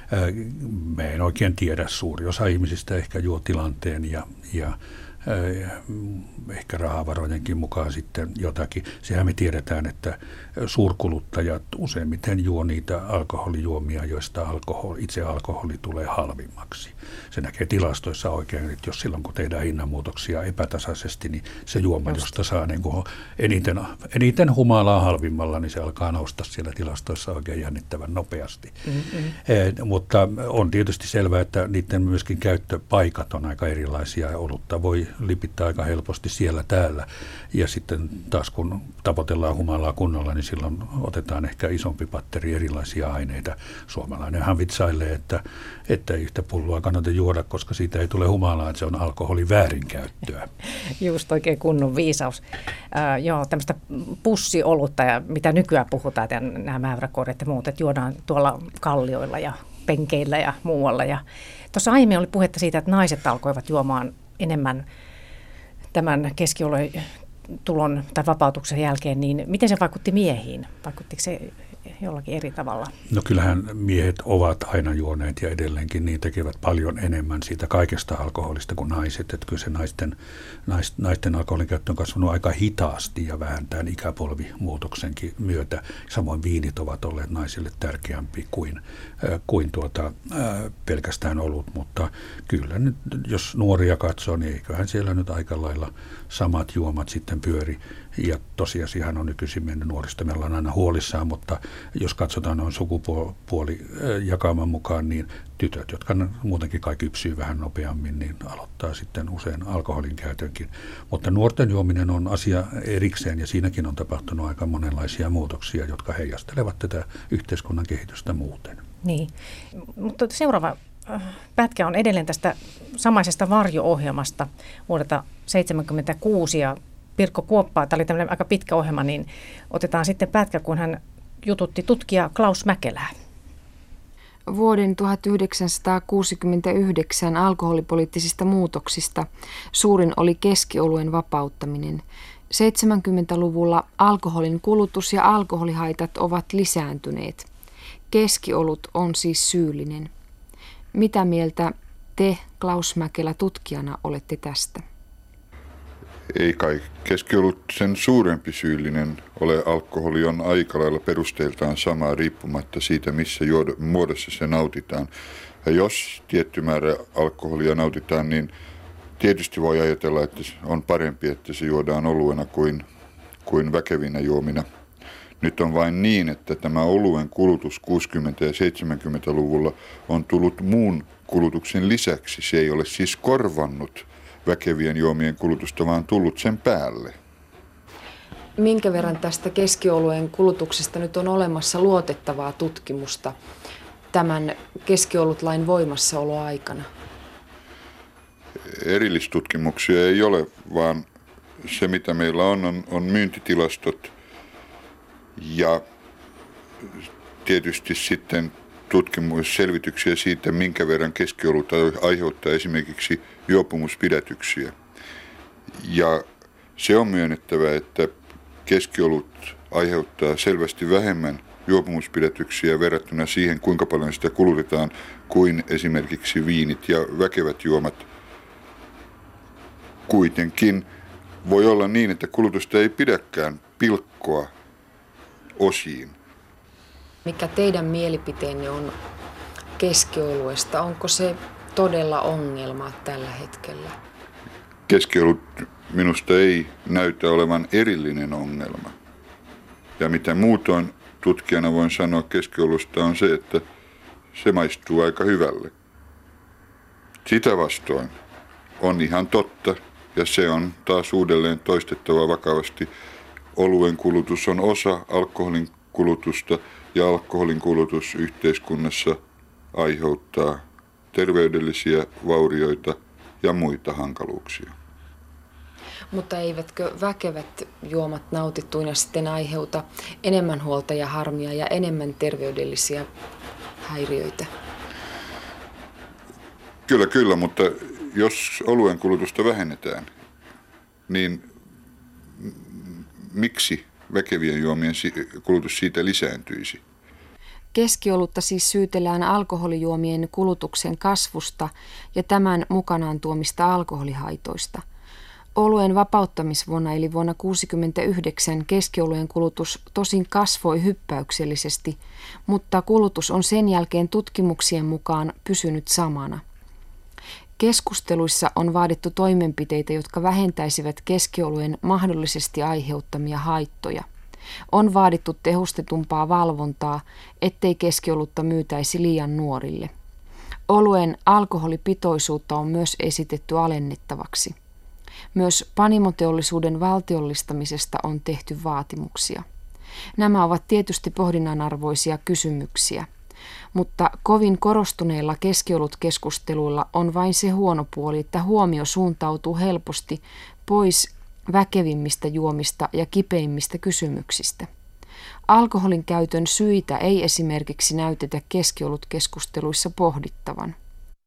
[SPEAKER 5] Me en oikein tiedä, suuri osa ihmisistä ehkä juo tilanteen ja, ja ehkä rahavarojenkin mukaan sitten jotakin. Sehän me tiedetään, että suurkuluttajat useimmiten juo niitä alkoholijuomia, joista alkoholi, itse alkoholi tulee halvimmaksi. Se näkee tilastoissa oikein, että jos silloin kun tehdään hinnanmuutoksia epätasaisesti, niin se juoma, Just. josta saa niin kuin eniten, eniten humalaa halvimmalla, niin se alkaa nousta siellä tilastoissa oikein jännittävän nopeasti. Mm-hmm. Eh, mutta on tietysti selvää, että niiden myöskin käyttöpaikat on aika erilaisia ja olutta voi lipittää aika helposti siellä täällä. Ja sitten taas kun tavoitellaan humalaa kunnolla, niin silloin otetaan ehkä isompi patteri erilaisia aineita. Suomalainenhan vitsailee, että, että yhtä pulloa kannata juoda, koska siitä ei tule humalaa, että se on alkoholin väärinkäyttöä.
[SPEAKER 4] Just oikein kunnon viisaus. Äh, joo, tämmöistä pussiolutta ja mitä nykyään puhutaan, ja nämä mäyräkoiret ja muut, että juodaan tuolla kallioilla ja penkeillä ja muualla. Ja tuossa aiemmin oli puhetta siitä, että naiset alkoivat juomaan enemmän tämän keskioluen tulon tai vapautuksen jälkeen, niin miten se vaikutti miehiin? Vaikuttiko se jollakin eri tavalla?
[SPEAKER 5] No kyllähän miehet ovat aina juoneet ja edelleenkin niin tekevät paljon enemmän siitä kaikesta alkoholista kuin naiset. Että kyllä se naisten, naisten alkoholin käyttö on kasvanut aika hitaasti ja vähän tämän ikäpolvimuutoksenkin myötä. Samoin viinit ovat olleet naisille tärkeämpi kuin, äh, kuin tuota, äh, pelkästään olut, mutta kyllä nyt, jos nuoria katsoo, niin eiköhän siellä nyt aika lailla samat juomat sitten pyöri. Ja tosiasiahan on nykyisin mennyt nuorista, me ollaan aina huolissaan, mutta jos katsotaan noin sukupuolijakauman mukaan, niin tytöt, jotka muutenkin kai kypsyy vähän nopeammin, niin aloittaa sitten usein alkoholin käytönkin. Mutta nuorten juominen on asia erikseen ja siinäkin on tapahtunut aika monenlaisia muutoksia, jotka heijastelevat tätä yhteiskunnan kehitystä muuten.
[SPEAKER 4] Niin, mutta seuraava pätkä on edelleen tästä samaisesta Varjo-ohjelmasta vuodelta seitsemänkymmentäkuusi ja Pirkko Kuoppaa, tämä oli tämmöinen aika pitkä ohjelma, niin otetaan sitten pätkä, kun hän jututti tutkija Klaus Mäkelää.
[SPEAKER 17] Vuoden tuhatyhdeksänsataakuusikymmentäyhdeksän alkoholipoliittisista muutoksista suurin oli keskioluen vapauttaminen. seitsemänkymmentäluvulla alkoholin kulutus ja alkoholihaitat ovat lisääntyneet. Keskiolut on siis syyllinen. Mitä mieltä te, Klaus Mäkelä, tutkijana olette tästä?
[SPEAKER 19] Ei kai keskiolut sen suurempi syyllinen ole. Alkoholi on aika lailla perusteiltaan samaa riippumatta siitä, missä muodossa se nautitaan. Ja jos tietty määrä alkoholia nautitaan, niin tietysti voi ajatella, että on parempi, että se juodaan oluena kuin, kuin väkevinä juomina. Nyt on vain niin, että tämä oluen kulutus kuusikymmentä- ja seitsemänkymmentäluvulla on tullut muun kulutuksen lisäksi. Se ei ole siis korvannut väkevien juomien kulutusta, vaan tullut sen päälle.
[SPEAKER 17] Minkä verran tästä keskioluen kulutuksesta nyt on olemassa luotettavaa tutkimusta tämän keskiolutlain voimassaoloaikana?
[SPEAKER 19] Erillistutkimuksia ei ole, vaan se mitä meillä on, on, on myyntitilastot ja tietysti sitten tutkimusselvityksiä siitä, minkä verran keskiolut aiheuttaa esimerkiksi juopumuspidätyksiä. Ja se on myönnettävä, että keskiolut aiheuttaa selvästi vähemmän juopumuspidätyksiä verrattuna siihen, kuinka paljon sitä kulutetaan, kuin esimerkiksi viinit ja väkevät juomat. Kuitenkin voi olla niin, että kulutusta ei pidäkään pilkkoa osiin.
[SPEAKER 17] Mikä teidän mielipiteenne on keskioluesta? Onko se todella ongelma tällä hetkellä?
[SPEAKER 19] Keskiolut minusta ei näytä olevan erillinen ongelma. Ja mitä muutoin tutkijana voin sanoa keskiolusta on se, että se maistuu aika hyvälle. Sitä vastoin on ihan totta, ja se on taas uudelleen toistettava vakavasti. Oluen kulutus on osa alkoholin kulutusta, ja alkoholin kulutus yhteiskunnassa aiheuttaa terveydellisiä vaurioita ja muita hankaluuksia.
[SPEAKER 17] Mutta eivätkö väkevät juomat nautittuina sitten aiheuta enemmän huolta ja harmia ja enemmän terveydellisiä häiriöitä?
[SPEAKER 19] Kyllä, kyllä, mutta jos oluen kulutusta vähennetään, niin miksi väkevien juomien kulutus siitä lisääntyisi?
[SPEAKER 17] Keskiolutta siis syytellään alkoholijuomien kulutuksen kasvusta ja tämän mukanaan tuomista alkoholihaitoista. Oluen vapauttamisvuonna eli vuonna tuhatyhdeksänsataakuusikymmentäyhdeksän keskioluen kulutus tosin kasvoi hyppäyksellisesti, mutta kulutus on sen jälkeen tutkimuksien mukaan pysynyt samana. Keskusteluissa on vaadittu toimenpiteitä, jotka vähentäisivät keskioluen mahdollisesti aiheuttamia haittoja. On vaadittu tehostetumpaa valvontaa, ettei keskiolutta myytäisi liian nuorille. Oluen alkoholipitoisuutta on myös esitetty alennettavaksi. Myös panimoteollisuuden valtiollistamisesta on tehty vaatimuksia. Nämä ovat tietysti pohdinnanarvoisia kysymyksiä, mutta kovin korostuneilla keskiolutkeskusteluilla on vain se huono puoli, että huomio suuntautuu helposti pois väkevimmistä juomista ja kipeimmistä kysymyksistä. Alkoholin käytön syitä ei esimerkiksi näytetä keskiolutkeskusteluissa pohdittavan.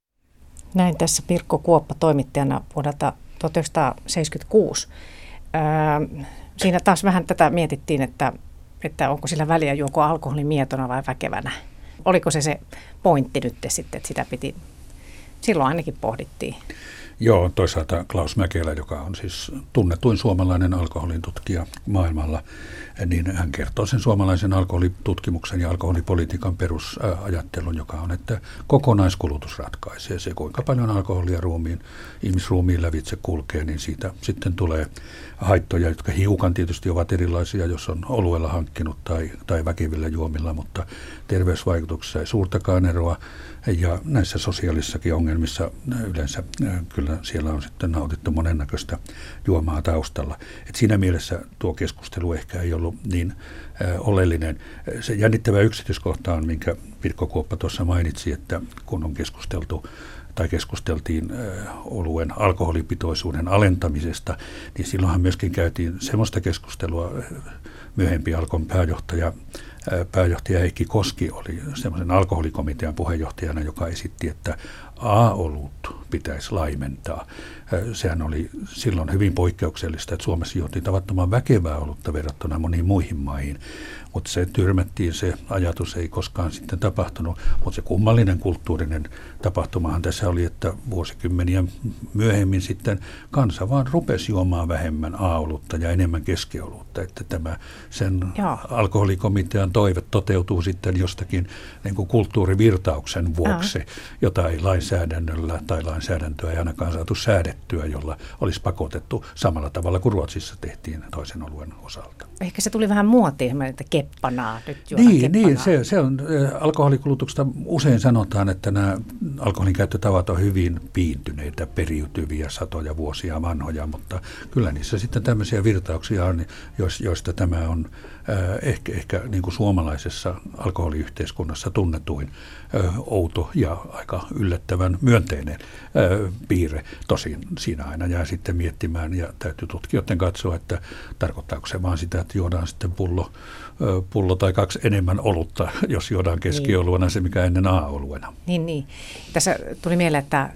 [SPEAKER 4] Näin tässä Pirkko Kuoppa toimittajana vuodelta tuhatyhdeksänsataaseitsemänkymmentäkuusi. Öö, siinä taas vähän tätä mietittiin, että, että onko sillä väliä juoko alkoholin mietona vai väkevänä. Oliko se se pointti nyt sitten, että sitä piti, silloin ainakin pohdittiin.
[SPEAKER 5] Joo, toisaalta Klaus Mäkelä, joka on siis tunnetuin suomalainen alkoholin tutkija maailmalla, niin hän kertoo sen suomalaisen alkoholitutkimuksen ja alkoholipolitiikan perusajattelun, joka on, että kokonaiskulutus ratkaisee. Se, kuinka paljon alkoholia ruumiin, ihmisruumiin lävitse kulkee, niin siitä sitten tulee haittoja, jotka hiukan tietysti ovat erilaisia, jos on oluella hankkinut tai, tai väkevillä juomilla, mutta terveysvaikutuksessa ei suurtakaan eroa. Ja näissä sosiaalisissakin ongelmissa yleensä kyllä siellä on sitten nautittu monennäköistä juomaa taustalla. Et siinä mielessä tuo keskustelu ehkä ei ollut niin äh, oleellinen. Se jännittävä yksityiskohta on, minkä Pirkko Kuoppa tuossa mainitsi, että kun on keskusteltu tai keskusteltiin äh, oluen alkoholipitoisuuden alentamisesta, niin silloinhan myöskin käytiin semmoista keskustelua, myöhempi Alkon pääjohtaja Pääjohtaja Heikki Koski oli semmoisen alkoholikomitean puheenjohtajana, joka esitti, että A-olut pitäisi laimentaa. Sehän oli silloin hyvin poikkeuksellista, että Suomessa juotiin tavattoman väkevää olutta verrattuna moniin muihin maihin. mutta se tyrmättiin, se ajatus ei koskaan sitten tapahtunut. Mutta se kummallinen kulttuurinen tapahtumahan tässä oli, että vuosikymmeniä myöhemmin sitten kansa vaan rupesi juomaan vähemmän A-olutta ja enemmän keskiolutta, että tämä sen Joo. alkoholikomitean toive toteutuu sitten jostakin niin kuin kulttuurivirtauksen vuoksi, Joo. jota ei lainsäädännöllä tai lainsäädäntöä ei ainakaan saatu säädettyä, jolla olisi pakotettu samalla tavalla kuin Ruotsissa tehtiin toisen oluen osalta.
[SPEAKER 4] Ehkä se tuli vähän muotiin, että keppanaa, nyt juoda
[SPEAKER 5] Niin,
[SPEAKER 4] keppanaa.
[SPEAKER 5] niin se, se on alkoholikulutuksesta usein sanotaan, että nämä alkoholin käyttötavat on hyvin piintyneitä, periytyviä, satoja vuosia vanhoja, mutta kyllä niissä sitten tämmöisiä virtauksia on, joista tämä on äh, ehkä, ehkä niin kuin suomalaisessa alkoholiyhteiskunnassa tunnetuin äh, outo ja aika yllättävän myönteinen äh, piirre. Tosin siinä aina jää sitten miettimään ja täytyy tutkijoiden katsoa, että tarkoittaako se vaan sitä, että juodaan sitten pullo, äh, pullo tai kaksi enemmän olutta, jos juodaan keskioluena niin. se, mikä ennen A-oluena.
[SPEAKER 4] Niin, niin. Tässä tuli mieleen, että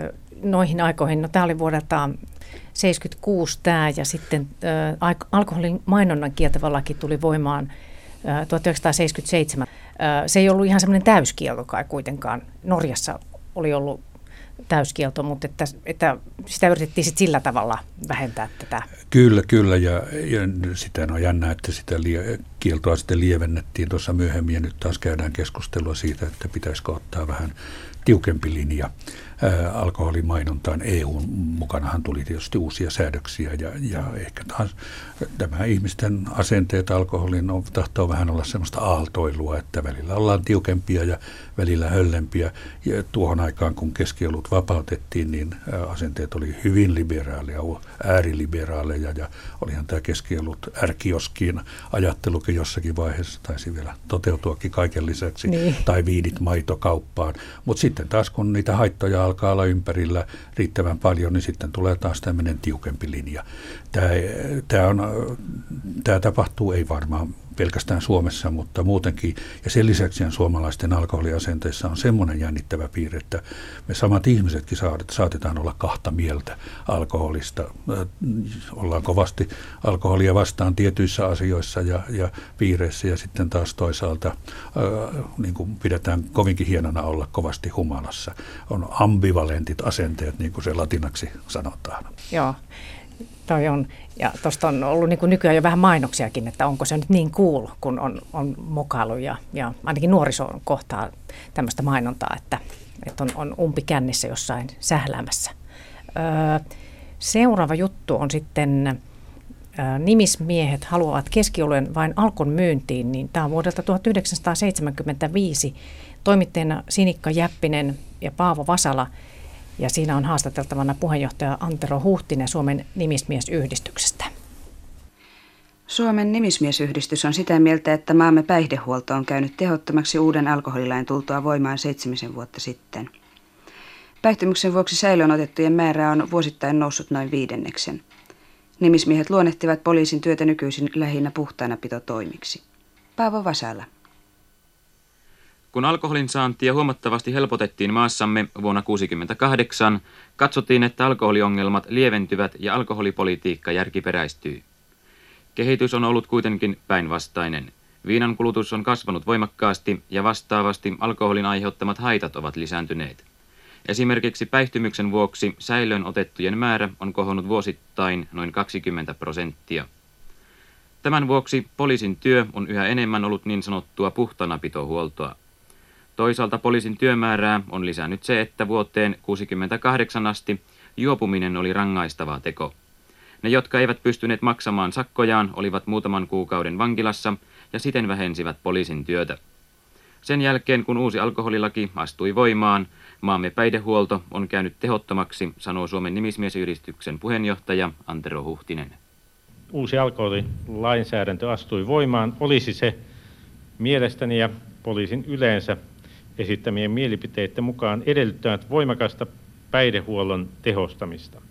[SPEAKER 4] noihin aikoihin, no tämä oli vuodelta seitsemänkymmentäkuusi tämä ja sitten ä, alkoholin mainonnan kieltävä laki tuli voimaan ä, tuhatyhdeksänsataaseitsemänkymmentäseitsemän. Ä, se ei ollut ihan semmoinen täyskielto kai kuitenkaan. Norjassa oli ollut täyskielto, mutta että, että sitä yritettiin sit sillä tavalla vähentää tätä.
[SPEAKER 5] Kyllä, kyllä ja, ja sitä on jännä, että sitä lie, kieltoa sitten lievennettiin tuossa myöhemmin ja nyt taas käydään keskustelua siitä, että pitäisikö ottaa vähän tiukempi linja ää, alkoholimainontaan. E U:n mukanahan tuli tietysti uusia säädöksiä ja, ja ehkä taas tämä ihmisten asenteet alkoholin on, tahtoo vähän olla semmoista aaltoilua, että välillä ollaan tiukempia ja välillä höllempiä. Ja tuohon aikaan, kun keskiolut vapautettiin, niin ää, asenteet oli hyvin liberaaleja, ääriliberaaleja ja olihan tämä keskiolut ärkioskiin ajattelukin jossakin vaiheessa taisi vielä toteutuakin kaiken lisäksi, niin. tai viinit maitokauppaan. Mutta sitten taas kun niitä haittoja alkaa olla ympärillä riittävän paljon, niin sitten tulee taas tämmöinen tiukempi linja. Tämä, tämä, on, tämä tapahtuu ei varmaan pelkästään Suomessa, mutta muutenkin. Ja sen lisäksi suomalaisten alkoholiasenteissa on semmoinen jännittävä piirre, että me samat ihmisetkin saatetaan olla kahta mieltä alkoholista. Ollaan kovasti alkoholia vastaan tietyissä asioissa ja, ja piireissä ja sitten taas toisaalta äh, niin kuin pidetään kovinkin hienona olla kovasti humalassa. On ambivalentit asenteet, niin kuin se latinaksi sanotaan.
[SPEAKER 4] Joo. Toi on, ja tuosta on ollut niin kuin nykyään jo vähän mainoksiakin, että onko se nyt niin cool, kun on, on mokailu ja, ja ainakin nuoriso kohtaa tämmöistä mainontaa, että, että on, on umpi kännissä jossain sähläämässä. Öö, seuraava juttu on sitten ö, nimismiehet haluavat keskioluen vain Alkon myyntiin, niin tämä on vuodelta tuhatyhdeksänsataaseitsemänkymmentäviisi toimittajana Sinikka Jäppinen ja Paavo Vasala. Ja siinä on haastateltavana puheenjohtaja Antero Huhtinen Suomen nimismiesyhdistyksestä.
[SPEAKER 20] Suomen nimismiesyhdistys on sitä mieltä, että maamme päihdehuolto on käynyt tehottomaksi uuden alkoholilain tultua voimaan seitsemisen vuotta sitten. Päihtymyksen vuoksi säilöön otettujen määrä on vuosittain noussut noin viidenneksen. Nimismiehet luonnehtivat poliisin työtä nykyisin lähinnä puhtaanapitotoimiksi. Paavo Vasala.
[SPEAKER 21] Kun alkoholin saantia huomattavasti helpotettiin maassamme vuonna tuhatyhdeksänsataakuusikymmentäkahdeksan, katsottiin, että alkoholiongelmat lieventyvät ja alkoholipolitiikka järkiperäistyy. Kehitys on ollut kuitenkin päinvastainen. Viinan kulutus on kasvanut voimakkaasti ja vastaavasti alkoholin aiheuttamat haitat ovat lisääntyneet. Esimerkiksi päihtymyksen vuoksi säilöön otettujen määrä on kohonnut vuosittain noin kaksikymmentä prosenttia. Tämän vuoksi poliisin työ on yhä enemmän ollut niin sanottua puhtaanapitohuoltoa. Toisaalta poliisin työmäärää on lisännyt se, että vuoteen tuhatyhdeksänsataakuusikymmentäkahdeksan asti juopuminen oli rangaistava teko. Ne, jotka eivät pystyneet maksamaan sakkojaan, olivat muutaman kuukauden vankilassa ja siten vähensivät poliisin työtä. Sen jälkeen, kun uusi alkoholilaki astui voimaan, maamme päihdehuolto on käynyt tehottomaksi, sanoo Suomen nimismiesyhdistyksen puheenjohtaja Antero Huhtinen.
[SPEAKER 22] Uusi alkoholilainsäädäntö astui voimaan, olisi se mielestäni ja poliisin yleensä esittämien mielipiteiden mukaan edellyttävät voimakasta päihdehuollon tehostamista.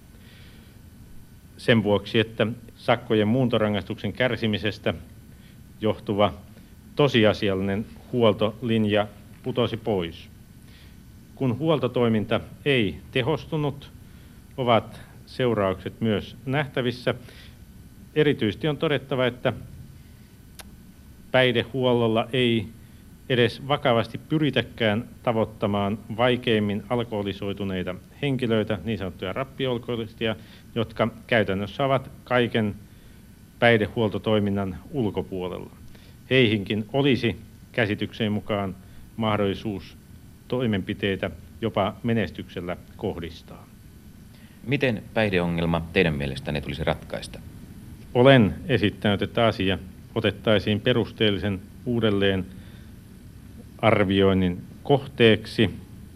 [SPEAKER 22] Sen vuoksi, että sakkojen muuntorangaistuksen kärsimisestä johtuva tosiasiallinen huoltolinja putosi pois. Kun huoltotoiminta ei tehostunut, ovat seuraukset myös nähtävissä. Erityisesti on todettava, että päihdehuollolla ei edes vakavasti pyritäkään tavoittamaan vaikeimmin alkoholisoituneita henkilöitä, niin sanottuja rappioalkoholistia, jotka käytännössä ovat kaiken päihdehuoltotoiminnan ulkopuolella. Heihinkin olisi käsitykseen mukaan mahdollisuus toimenpiteitä jopa menestyksellä kohdistaa.
[SPEAKER 21] Miten päihdeongelma teidän mielestänne tulisi ratkaista?
[SPEAKER 22] Olen esittänyt, että asia otettaisiin perusteellisen uudelleen arvioinnin kohteeksi.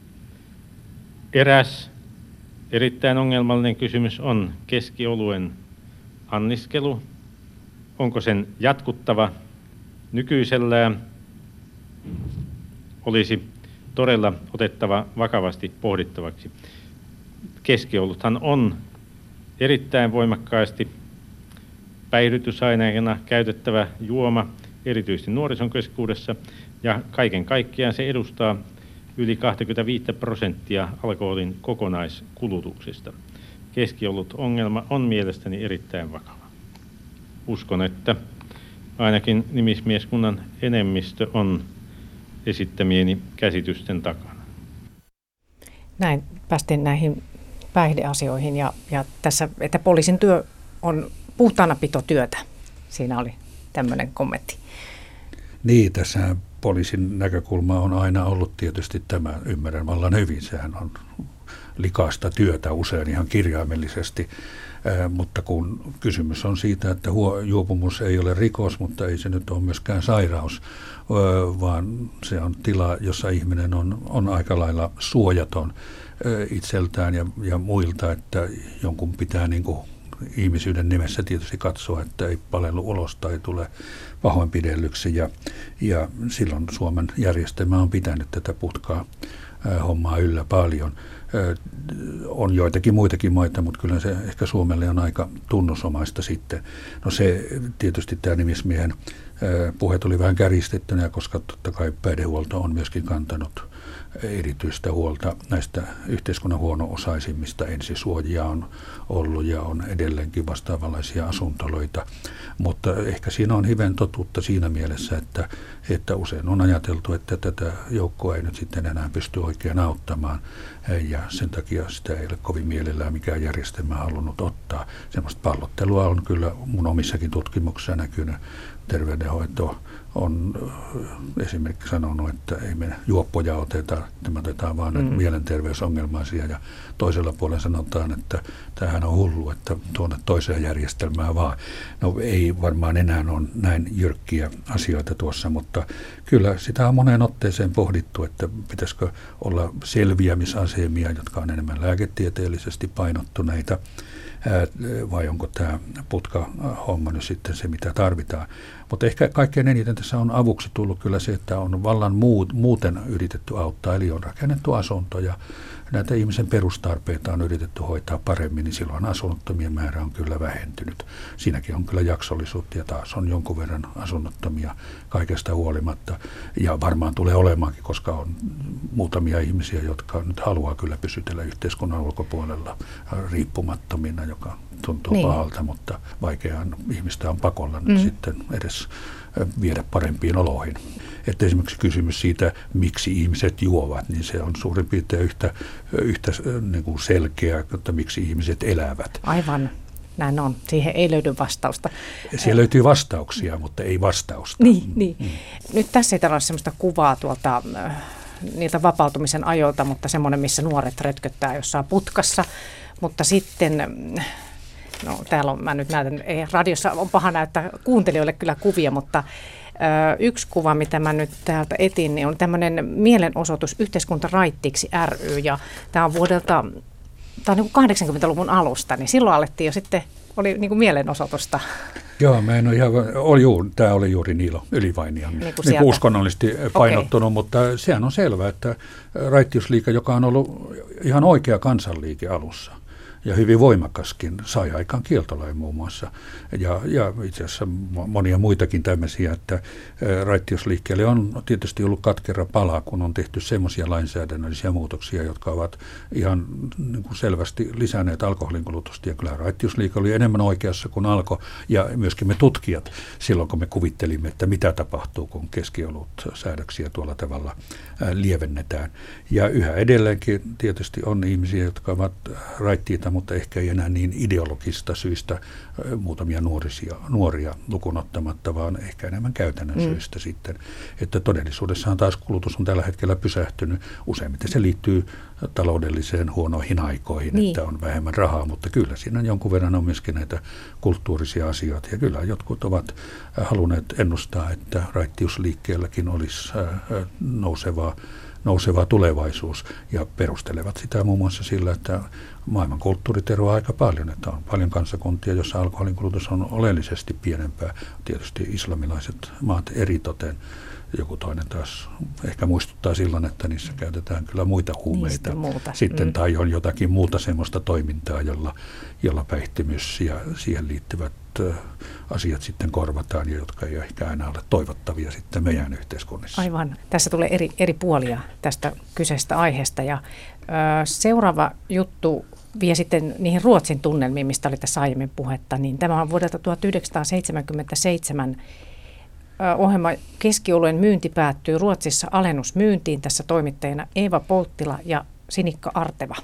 [SPEAKER 22] Eräs erittäin ongelmallinen kysymys on keskioluen anniskelu. Onko sen jatkuttava nykyisellään? Olisi todella otettava vakavasti pohdittavaksi. Keskioluthan on erittäin voimakkaasti päihdytysaineena käytettävä juoma, erityisesti nuorison keskuudessa, ja kaiken kaikkiaan se edustaa yli kaksikymmentäviisi prosenttia alkoholin kokonaiskulutuksesta. Keskiolut-ongelma on mielestäni erittäin vakava. Uskon, että ainakin nimismieskunnan enemmistö on esittämieni käsitysten takana.
[SPEAKER 4] Näin päästiin näihin päihdeasioihin ja, ja tässä, että poliisin työ on puhtaanapitotyötä. Siinä oli tämmöinen kommentti.
[SPEAKER 5] Niin, tässä poliisin näkökulma on aina ollut tietysti tämä, ymmärrän vallan hyvin, sehän on likaista työtä usein ihan kirjaimellisesti, äh, mutta kun kysymys on siitä, että huo, juopumus ei ole rikos, mutta ei se nyt ole myöskään sairaus, äh, vaan se on tila, jossa ihminen on, on aika lailla suojaton äh, itseltään ja, ja muilta, että jonkun pitää niin kuin ihmisyyden nimessä tietysti katsoa, että ei palellu ulos tai tule pahoinpidellyksi ja, ja silloin Suomen järjestelmä on pitänyt tätä putkaa äh, hommaa yllä paljon. Äh, on joitakin muitakin maita, mutta kyllä se ehkä Suomelle on aika tunnusomaista sitten. No se tietysti tämä nimismiehen äh, puhe tuli vähän kärjistettynä, koska totta kai päihdehuolto on myöskin kantanut erityistä huolta näistä yhteiskunnan huono-osaisimmista. Ensisuojia on ollut ja on edelleenkin vastaavanlaisia asuntoloita, mutta ehkä siinä on hiven totuutta siinä mielessä, että, että usein on ajateltu, että tätä joukkoa ei nyt sitten enää pysty oikein auttamaan ja sen takia sitä ei ole kovin mielellään mikään järjestelmä halunnut ottaa. Semmoista pallottelua on kyllä mun omissakin tutkimuksissa näkynyt. Terveydenhoito on esimerkiksi sanonut, että ei me juoppoja oteta, että me otetaan vaan mm. mielenterveysongelmaisia ja toisella puolella sanotaan, että tämähän on hullu, että tuonne toiseen järjestelmään vaan. No ei varmaan enää ole näin jyrkkiä asioita tuossa, mutta kyllä sitä on moneen otteeseen pohdittu, että pitäisikö olla selviämisasemia, jotka on enemmän lääketieteellisesti painottuneita, vai onko tämä putka-homma nyt sitten se, mitä tarvitaan. Mutta ehkä kaikkein eniten tässä on avuksi tullut kyllä se, että on vallan muut, muuten yritetty auttaa, eli on rakennettu asuntoja. Näitä ihmisen perustarpeita on yritetty hoitaa paremmin, niin silloin asunnottomien määrä on kyllä vähentynyt. Siinäkin on kyllä jaksollisuutta ja taas on jonkun verran asunnottomia kaikesta huolimatta. Ja varmaan tulee olemaankin, koska on muutamia ihmisiä, jotka nyt haluaa kyllä pysytellä yhteiskunnan ulkopuolella riippumattomina, joka tuntuu niin pahalta, mutta vaikeaan ihmistä on pakolla nyt mm. sitten edes viedä parempiin oloihin. Että esimerkiksi kysymys siitä, miksi ihmiset juovat, niin se on suurin piirtein yhtä, yhtä niin kuin selkeä, että miksi ihmiset elävät.
[SPEAKER 4] Aivan, näin on. Siihen ei löydy vastausta.
[SPEAKER 5] Siellä löytyy vastauksia, mutta ei vastausta.
[SPEAKER 4] Niin, niin. Mm. Nyt tässä ei tällaista sellaista kuvaa tuolta äh, niiltä vapautumisen ajoilta, mutta semmoinen, missä nuoret retköttää jossain putkassa, mutta sitten... No täällä on, mä nyt näytän, ei, radiossa on paha näyttää kuuntelijoille kyllä kuvia, mutta ö, yksi kuva, mitä mä nyt täältä etin, niin on tämmöinen mielenosoitus Yhteiskunta raittiksi ry, ja tämä on vuodelta, tämä on niin kuin kahdeksankymmentäluvun alusta, niin silloin alettiin jo sitten, oli niin kuin mielenosoitusta. Joo,
[SPEAKER 5] mä en ole ihan, oli juuri, tämä oli juuri Niilo Ylivainian, niin kuin niin uskonnollisesti painottunut, okay. Mutta sehän on selvää, että raittiusliike, joka on ollut ihan oikea kansanliike alussa, ja hyvin voimakaskin, sai aikaan kieltolain muun muassa. Ja, ja itse asiassa monia muitakin tämmöisiä, että raittiusliikkeelle on tietysti ollut katkera pala, kun on tehty semmoisia lainsäädännöllisiä muutoksia, jotka ovat ihan niin kuin selvästi lisänneet alkoholin kulutusta. Ja kyllä raittiusliike oli enemmän oikeassa kuin alkoi, ja myöskin me tutkijat silloin, kun me kuvittelimme, että mitä tapahtuu, kun keskiolut säädöksiä tuolla tavalla lievennetään. Ja yhä edelleenkin tietysti on ihmisiä, jotka ovat raittiita, mutta ehkä ei enää niin ideologista syistä muutamia nuorisia, nuoria lukuun ottamatta, vaan ehkä enemmän käytännön mm. syistä sitten. Että todellisuudessaan taas kulutus on tällä hetkellä pysähtynyt. Useimmiten se liittyy taloudelliseen huonoihin aikoihin, niin. Että on vähemmän rahaa, mutta kyllä siinä jonkun verran on myöskin näitä kulttuurisia asioita. Ja kyllä jotkut ovat halunneet ennustaa, että raittiusliikkeelläkin olisi nousevaa nouseva tulevaisuus, ja perustelevat sitä muun muassa sillä, että maailman kulttuurit eroaa aika paljon, että on paljon kansakuntia, jossa alkoholin kulutus on oleellisesti pienempää. Tietysti islamilaiset maat eritoten. Joku toinen taas ehkä muistuttaa silloin, että niissä käytetään kyllä muita huumeita muuta. Sitten, mm. tai on jotakin muuta semmoista toimintaa, jolla, jolla päihtymys ja siihen liittyvät asiat sitten korvataan, ja jotka ei ehkä aina ole toivottavia sitten meidän yhteiskunnissa.
[SPEAKER 4] Aivan. Tässä tulee eri, eri puolia tästä kyseisestä aiheesta. Ja, ö, seuraava juttu vie sitten niihin Ruotsin tunnelmiin, mistä oli tässä aiemmin puhetta. Niin tämä on vuodelta tuhatyhdeksänsataaseitsemänkymmentäseitsemän. Ohjelma Keskioluen myynti päättyy Ruotsissa alennusmyyntiin. Tässä toimittajina Eeva Polttila ja Sinikka Arteva.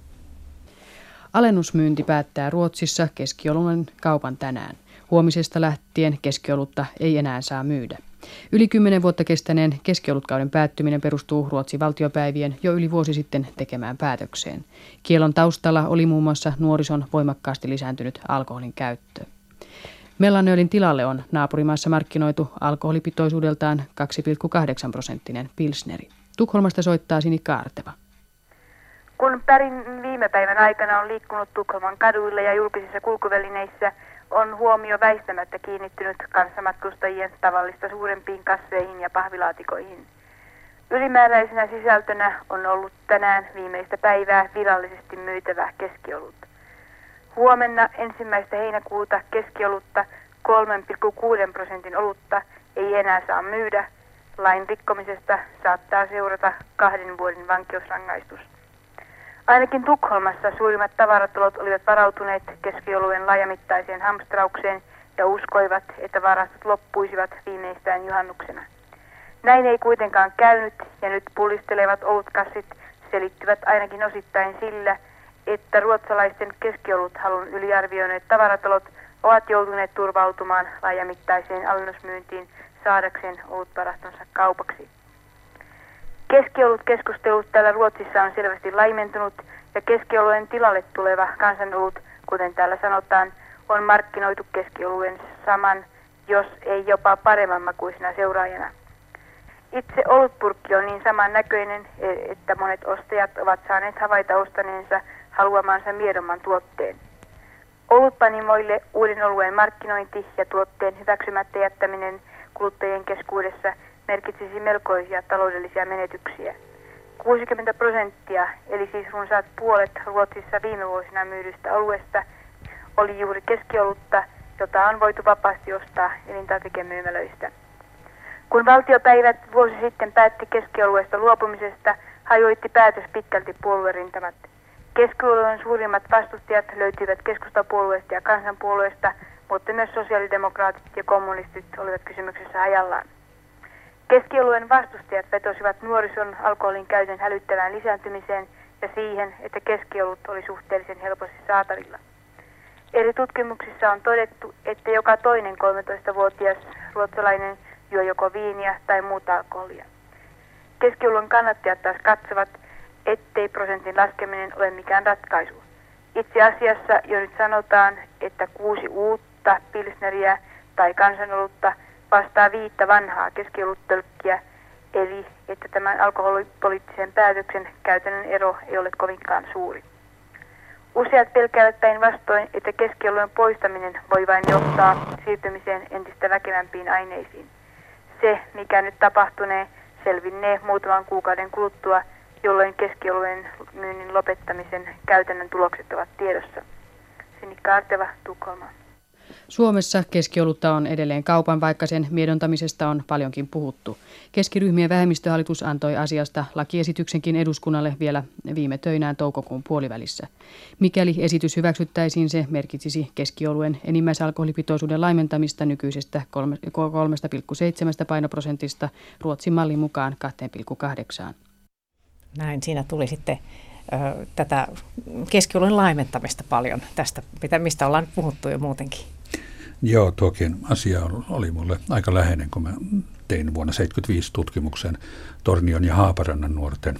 [SPEAKER 1] Alennusmyynti päättää Ruotsissa keskioluen kaupan tänään. Huomisesta lähtien keskiolutta ei enää saa myydä. Yli kymmenen vuotta kestäneen keskiolutkauden päättyminen perustuu Ruotsin valtiopäivien jo yli vuosi sitten tekemään päätökseen. Kielon taustalla oli muun muassa nuorison voimakkaasti lisääntynyt alkoholin käyttö. Mellanöölin tilalle on naapurimaassa markkinoitu alkoholipitoisuudeltaan kaksi pilkku kahdeksan prosenttinen pilsneri. Tukholmasta soittaa Sinikka Arteva.
[SPEAKER 2] Kun parin viime päivän aikana on liikkunut Tukholman kaduilla ja julkisissa kulkuvälineissä, on huomio väistämättä kiinnittynyt kanssamatkustajien tavallista suurempiin kasseihin ja pahvilaatikoihin. Ylimääräisenä sisältönä on ollut tänään viimeistä päivää virallisesti myytävä keskiolut. Huomenna ensimmäistä heinäkuuta keskiolutta kolme pilkku kuusi prosentin olutta ei enää saa myydä. Lain rikkomisesta saattaa seurata kahden vuoden vankeusrangaistus. Ainakin Tukholmassa suurimmat tavaratalot olivat varautuneet keskioluen laajamittaiseen hamstraukseen ja uskoivat, että varastot loppuisivat viimeistään juhannuksena. Näin ei kuitenkaan käynyt, ja nyt pullistelevat olutkassit selittyvät ainakin osittain sillä, että ruotsalaisten keskioluthalun yliarvioineet tavaratalot ovat joutuneet turvautumaan laajamittaiseen alennusmyyntiin saadakseen olutvarastonsa kaupaksi. Keskiolutkeskustelut täällä Ruotsissa on selvästi laimentunut, ja keskioluen tilalle tuleva kansanolut, kuten täällä sanotaan, on markkinoitu keskioluen saman, jos ei jopa paremman makuisena seuraajana. Itse olutpurkki on niin saman näköinen, että monet ostajat ovat saaneet havaita ostaneensa haluamansa miedomman tuotteen. Olutpanimoille uuden oluen markkinointi ja tuotteen hyväksymättä jättäminen kuluttajien keskuudessa merkitsisi melkoisia taloudellisia menetyksiä. kuusikymmentä prosenttia, eli siis runsaat puolet Ruotsissa viime vuosina myydystä oluesta, oli juuri keskiolutta, jota on voitu vapaasti ostaa elintarvikemyymälöistä. Kun valtiopäivät vuosi sitten päätti keskioluesta luopumisesta, hajoitti päätös pitkälti puoluerintamat. Keskioluen suurimmat vastustajat löytyivät keskustapuolueesta ja kansanpuolueesta, mutta myös sosiaalidemokraatit ja kommunistit olivat kysymyksessä ajallaan. Keskioluen vastustajat vetosivat nuorison alkoholin käytön hälyttävään lisääntymiseen ja siihen, että keskiolut oli suhteellisen helposti saatavilla. Eri tutkimuksissa on todettu, että joka toinen kolmetoistavuotias ruotsalainen juo joko viiniä tai muuta alkoholia. Keskioluen kannattajat taas katsovat, ettei prosentin laskeminen ole mikään ratkaisu. Itse asiassa jo nyt sanotaan, että kuusi uutta pilsneriä tai kansanolutta vastaa viittä vanhaa keskioluttölkkiä, eli että tämän alkoholipoliittisen päätöksen käytännön ero ei ole kovinkaan suuri. Useat pelkäävät päinvastoin, että keskioluen poistaminen voi vain johtaa siirtymiseen entistä väkevämpiin aineisiin. Se, mikä nyt tapahtunee, selvinnee muutaman kuukauden kuluttua, jolloin keskioluen myynnin lopettamisen käytännön tulokset ovat tiedossa. Sinikka Arteva, Tukholma.
[SPEAKER 1] Suomessa keskiolutta on edelleen kaupan, vaikka sen miedontamisesta on paljonkin puhuttu. Keskiryhmien vähemmistöhallitus antoi asiasta lakiesityksenkin eduskunnalle vielä viime töinään toukokuun puolivälissä. Mikäli esitys hyväksyttäisiin, se merkitsisi keskioluen enimmäisalkoholipitoisuuden laimentamista nykyisestä kolme pilkku seitsemän painoprosentista Ruotsin mallin mukaan kaksi pilkku kahdeksan.
[SPEAKER 4] Näin, siinä tuli sitten ö, tätä keskioluen laimentamista paljon tästä, mistä ollaan nyt puhuttu jo muutenkin.
[SPEAKER 5] Joo, tuokin asia oli mulle aika läheinen, kun mä tein vuonna seitsemänkymmentäviisi tutkimuksen Tornion ja Haaparannan nuorten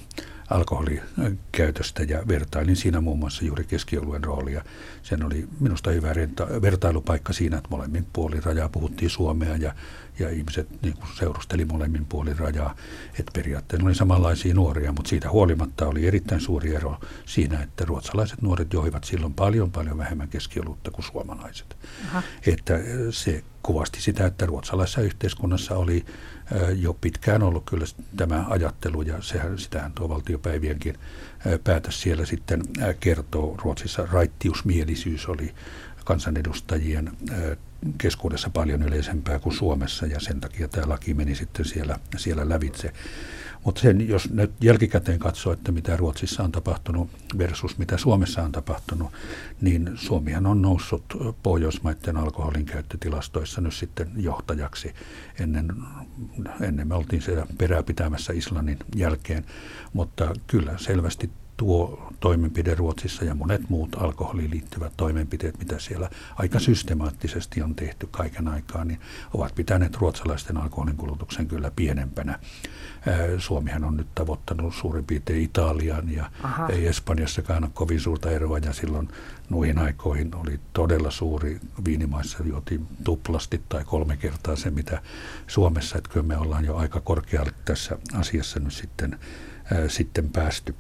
[SPEAKER 5] alkoholikäytöstä ja vertailin siinä muun muassa juuri keskioluen roolia. Sen oli minusta hyvä renta- vertailupaikka siinä, että molemmin puolin rajaa puhuttiin suomea ja, ja ihmiset niin kuin seurusteli molemmin puolin rajaa. Että periaatteessa oli samanlaisia nuoria, mutta siitä huolimatta oli erittäin suuri ero siinä, että ruotsalaiset nuoret joivat silloin paljon paljon vähemmän keskiolutta kuin suomalaiset. Aha. Että se kuvasti sitä, että ruotsalaisessa yhteiskunnassa oli jo pitkään ollut kyllä tämä ajattelu, ja sehän, sitähän tuo valtiopäivienkin päätös siellä sitten kertoo. Ruotsissa raittiusmielisyys oli kansanedustajien keskuudessa paljon yleisempää kuin Suomessa, ja sen takia tämä laki meni sitten siellä, siellä lävitse. Mutta sen, jos nyt jälkikäteen katsoo, että mitä Ruotsissa on tapahtunut versus mitä Suomessa on tapahtunut, niin Suomihan on noussut Pohjoismaiden alkoholin käyttötilastoissa nyt sitten johtajaksi. Ennen, ennen me oltiin siellä perää pitämässä Islannin jälkeen, mutta kyllä selvästi tuo toimenpide Ruotsissa ja monet muut alkoholiin liittyvät toimenpiteet, mitä siellä aika systemaattisesti on tehty kaiken aikaa, niin ovat pitäneet ruotsalaisten alkoholin kulutuksen kyllä pienempänä. Suomihan on nyt tavoittanut suurin piirtein Italian ja Aha. ei Espanjassakaan ole kovin suurta eroa, ja silloin noihin aikoihin oli todella suuri. Viinimaissa juotiin tuplasti tai kolme kertaa se, mitä Suomessa, että kyllä me ollaan jo aika korkealle tässä asiassa nyt sitten, ää, sitten päästy.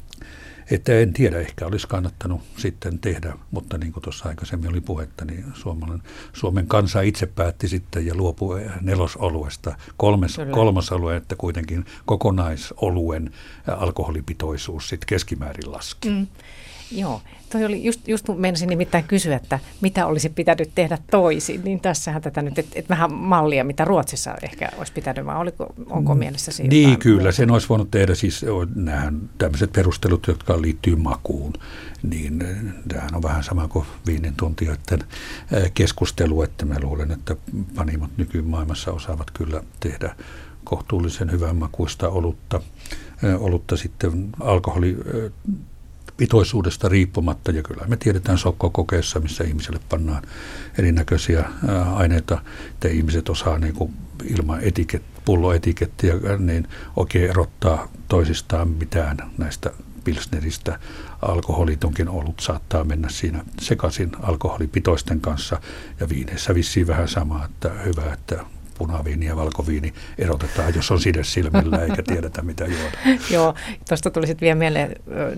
[SPEAKER 5] Että en tiedä, ehkä olisi kannattanut sitten tehdä, mutta niin kuin tuossa aikaisemmin oli puhetta, niin Suomen, Suomen kansa itse päätti sitten ja luopui nelosoluesta. Kolmes, kolmosolue, että kuitenkin kokonaisoluen alkoholipitoisuus sitten keskimäärin laski. Mm.
[SPEAKER 4] Joo, toi oli just, just menisin nimittäin kysyä, että mitä olisi pitänyt tehdä toisin, niin tässähän tätä nyt, että et vähän mallia, mitä Ruotsissa ehkä olisi pitänyt, vai oliko, onko mielessä siitä?
[SPEAKER 5] Niin, kyllä, muuta? Sen olisi voinut tehdä, siis nämähän tämmöiset perustelut, jotka liittyy makuun, niin tämähän on vähän sama kuin viinin tuntijoiden keskustelu, että mä luulen, että panimot nykymaailmassa osaavat kyllä tehdä kohtuullisen hyvän makuista olutta, olutta sitten alkoholi pitoisuudesta riippumatta, ja kyllä me tiedetään sokkokokeessa, missä ihmisille pannaan erinäköisiä ää, aineita, että ihmiset osaa niin kuin ilman etiket, pulloetikettiä niin oikein erottaa toisistaan mitään näistä pilsneristä. Alkoholitonkin olut saattaa mennä siinä sekaisin alkoholipitoisten kanssa, ja viineissä vissiin vähän sama, että hyvä, että punaviini ja valkoviini erotetaan, jos on side silmillä eikä tiedetä mitä juoda.
[SPEAKER 4] Joo, tuosta tuli sitten vielä mieleen,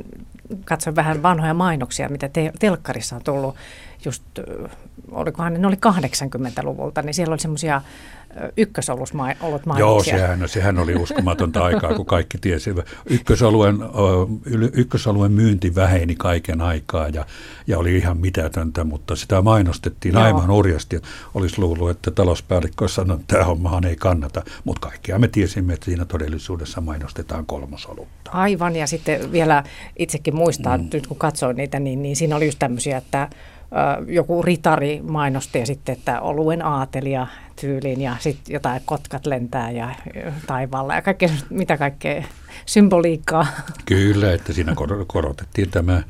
[SPEAKER 4] katsoin vähän vanhoja mainoksia, mitä te- telkkarissa on tullut, just, olikohan ne oli kahdeksankymmentäluvulta, niin siellä oli semmoisia ykkösolut mainoksia.
[SPEAKER 5] Joo, sehän, sehän oli uskomatonta aikaa, kun kaikki tiesi. Ykkösoluen, ykkösoluen myynti väheni kaiken aikaa ja, ja oli ihan mitätöntä, mutta sitä mainostettiin Joo. aivan hurjasti. Olisi luullut, että talouspäällikkö sanoi, että tämä hommahan ei kannata, mutta kaikkia me tiesimme, että siinä todellisuudessa mainostetaan kolmosolutta.
[SPEAKER 4] Aivan, ja sitten vielä itsekin muistaa, mm. nyt kun katsoin niitä, niin, niin siinä oli just tämmöisiä, että joku ritari mainosti ja sitten, että oluen aatelia tyyliin ja sitten jotain kotkat lentää ja taivaalla ja kaikkea, mitä kaikkea symboliikkaa.
[SPEAKER 5] Kyllä, että siinä korotettiin tämä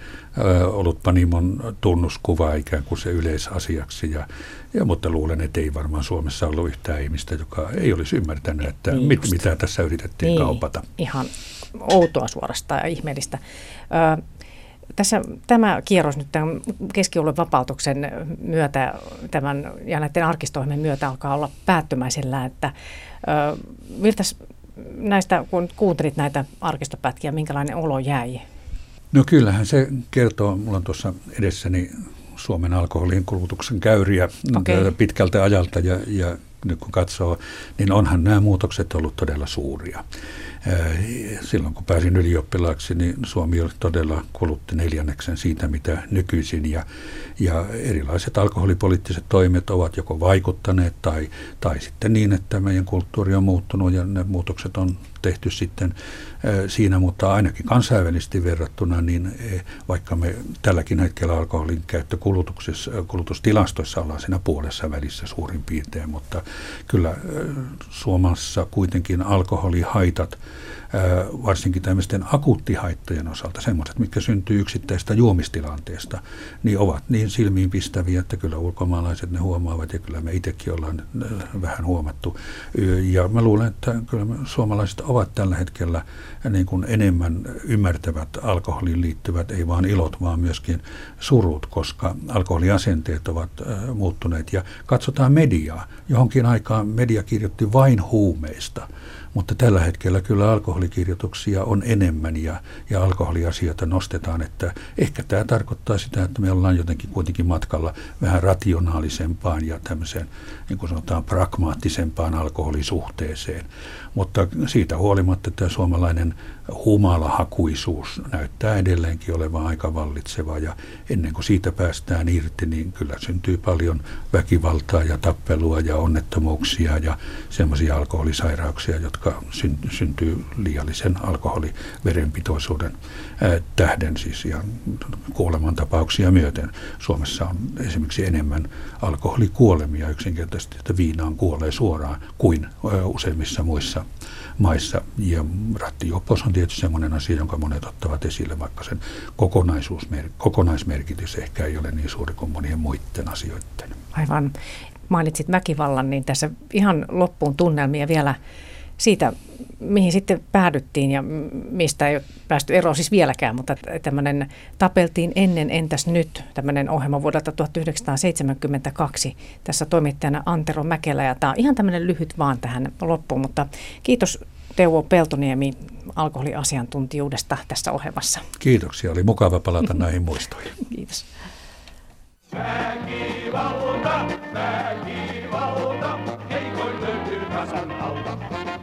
[SPEAKER 5] olutpanimon tunnuskuva ikään kuin se yleisasiaksi, ja, ja, mutta luulen, että ei varmaan Suomessa ollut yhtään ihmistä, joka ei olisi ymmärtänyt, että niin mit, mitä tässä yritettiin niin, kaupata.
[SPEAKER 4] Ihan outoa suorastaan ja ihmeellistä. Ö, Tässä tämä kierros nyt tämän keskioluen vapautuksen myötä tämän, ja näiden arkistoimen myötä alkaa olla päättymäisellä, että ö, miltäs näistä, kun kuuntelit näitä arkistopätkiä, minkälainen olo jäi?
[SPEAKER 5] No kyllähän se kertoo, mulla on tuossa edessäni Suomen alkoholin kulutuksen käyriä okay. pitkältä ajalta, ja, ja nyt kun katsoo, niin onhan nämä muutokset ollut todella suuria. Silloin kun pääsin ylioppilaaksi, niin Suomi oli todella kulutti neljänneksen siitä, mitä nykyisin. Ja, ja erilaiset alkoholipoliittiset toimet ovat joko vaikuttaneet tai, tai sitten niin, että meidän kulttuuri on muuttunut ja ne muutokset on tehty sitten siinä, mutta ainakin kansainvälisesti verrattuna, niin vaikka me tälläkin hetkellä alkoholin käyttökulutuksessa, kulutustilastoissa ollaan siinä puolessa välissä suurin piirtein, mutta kyllä Suomessa kuitenkin alkoholihaitat, varsinkin tämmöisten akuuttihaittojen osalta, semmoiset, mitkä syntyy yksittäistä juomistilanteesta, niin ovat niin silmiinpistäviä, että kyllä ulkomaalaiset ne huomaavat ja kyllä me itsekin ollaan vähän huomattu. Ja mä luulen, että kyllä me suomalaiset ovat tällä hetkellä niin kuin enemmän ymmärtävät alkoholiin liittyvät, ei vaan ilot, vaan myöskin surut, koska alkoholiasenteet ovat äh, muuttuneet. Ja katsotaan mediaa. Johonkin aikaan media kirjoitti vain huumeista, mutta tällä hetkellä kyllä alkoholikirjoituksia on enemmän ja, ja alkoholiasioita nostetaan, että ehkä tämä tarkoittaa sitä, että me ollaan jotenkin kuitenkin matkalla vähän rationaalisempaan ja tämmöiseen, niin kuin sanotaan, pragmaattisempaan alkoholisuhteeseen. Mutta siitä huolimatta tämä suomalainen humalahakuisuus näyttää edelleenkin olevan aika vallitseva ja ennen kuin siitä päästään irti, niin kyllä syntyy paljon väkivaltaa ja tappelua ja onnettomuuksia ja semmoisia alkoholisairauksia, jotka syntyy liiallisen alkoholiverenpitoisuuden tähden siis ja kuolemantapauksia myöten. Suomessa on esimerkiksi enemmän alkoholikuolemia yksinkertaisesti, että viinaan kuolee suoraan kuin useimmissa muissa maissa. Ja rattijuoppous on tietysti sellainen asia, jonka monet ottavat esille, vaikka sen kokonaismerkitys ehkä ei ole niin suuri kuin monien muiden asioiden.
[SPEAKER 4] Aivan. Mainitsit väkivallan, niin tässä ihan loppuun tunnelmia vielä siitä, mihin sitten päädyttiin ja mistä ei ole päästy eroon siis vieläkään, mutta tämmöinen tapeltiin ennen, entäs nyt, tämmöinen ohjelma vuodelta tuhatyhdeksänsataaseitsemänkymmentäkaksi. Tässä toimittajana Antero Mäkelä ja tämä on ihan tämmöinen lyhyt vaan tähän loppuun, mutta kiitos Teuvo Peltoniemi alkoholiasiantuntijuudesta tässä ohjelmassa.
[SPEAKER 5] Kiitoksia, oli mukava palata näihin muistoihin.
[SPEAKER 4] Kiitos.
[SPEAKER 3] Väkivalta, väkivalta, heikoin löytyy kasan alta.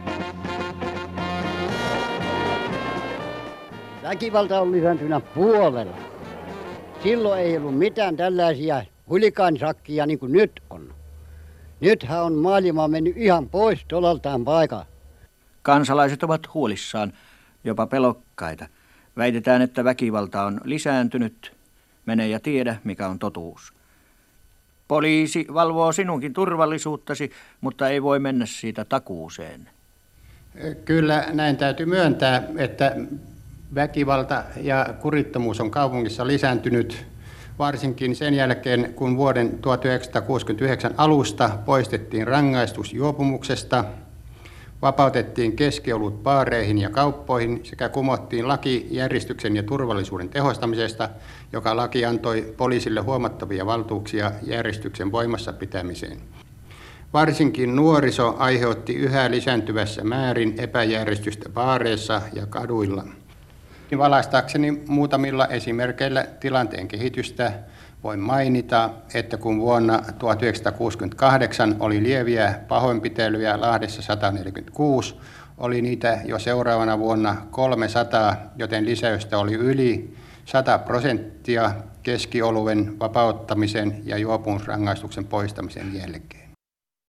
[SPEAKER 8] Väkivalta on lisääntynyt puolella. Silloin ei ollut mitään tällaisia hulikaanisakkia niin kuin nyt on. Nythän on maailma mennyt ihan pois tolaltaan paikan.
[SPEAKER 23] Kansalaiset ovat huolissaan, jopa pelokkaita. Väitetään, että väkivalta on lisääntynyt. Mene ja tiedä, mikä on totuus. Poliisi valvoo sinunkin turvallisuuttasi, mutta ei voi mennä siitä takuuseen.
[SPEAKER 24] Kyllä näin täytyy myöntää, että väkivalta ja kurittomuus on kaupungissa lisääntynyt, varsinkin sen jälkeen, kun vuoden tuhatyhdeksänsataakuusikymmentäyhdeksän alusta poistettiin rangaistus juopumuksesta, vapautettiin keskiolut baareihin ja kauppoihin sekä kumottiin laki järjestyksen ja turvallisuuden tehostamisesta, joka laki antoi poliisille huomattavia valtuuksia järjestyksen voimassa pitämiseen. Varsinkin nuoriso aiheutti yhä lisääntyvässä määrin epäjärjestystä baareissa ja kaduilla. Valaistakseni muutamilla esimerkkeillä tilanteen kehitystä voin mainita, että kun vuonna tuhatyhdeksänsataakuusikymmentäkahdeksan oli lieviä pahoinpitelyjä Lahdessa sata neljäkymmentäkuusi, oli niitä jo seuraavana vuonna kolmesataa, joten lisäystä oli yli sata prosenttia keskioluen vapauttamisen ja juopumusrangaistuksen poistamisen jälkeen.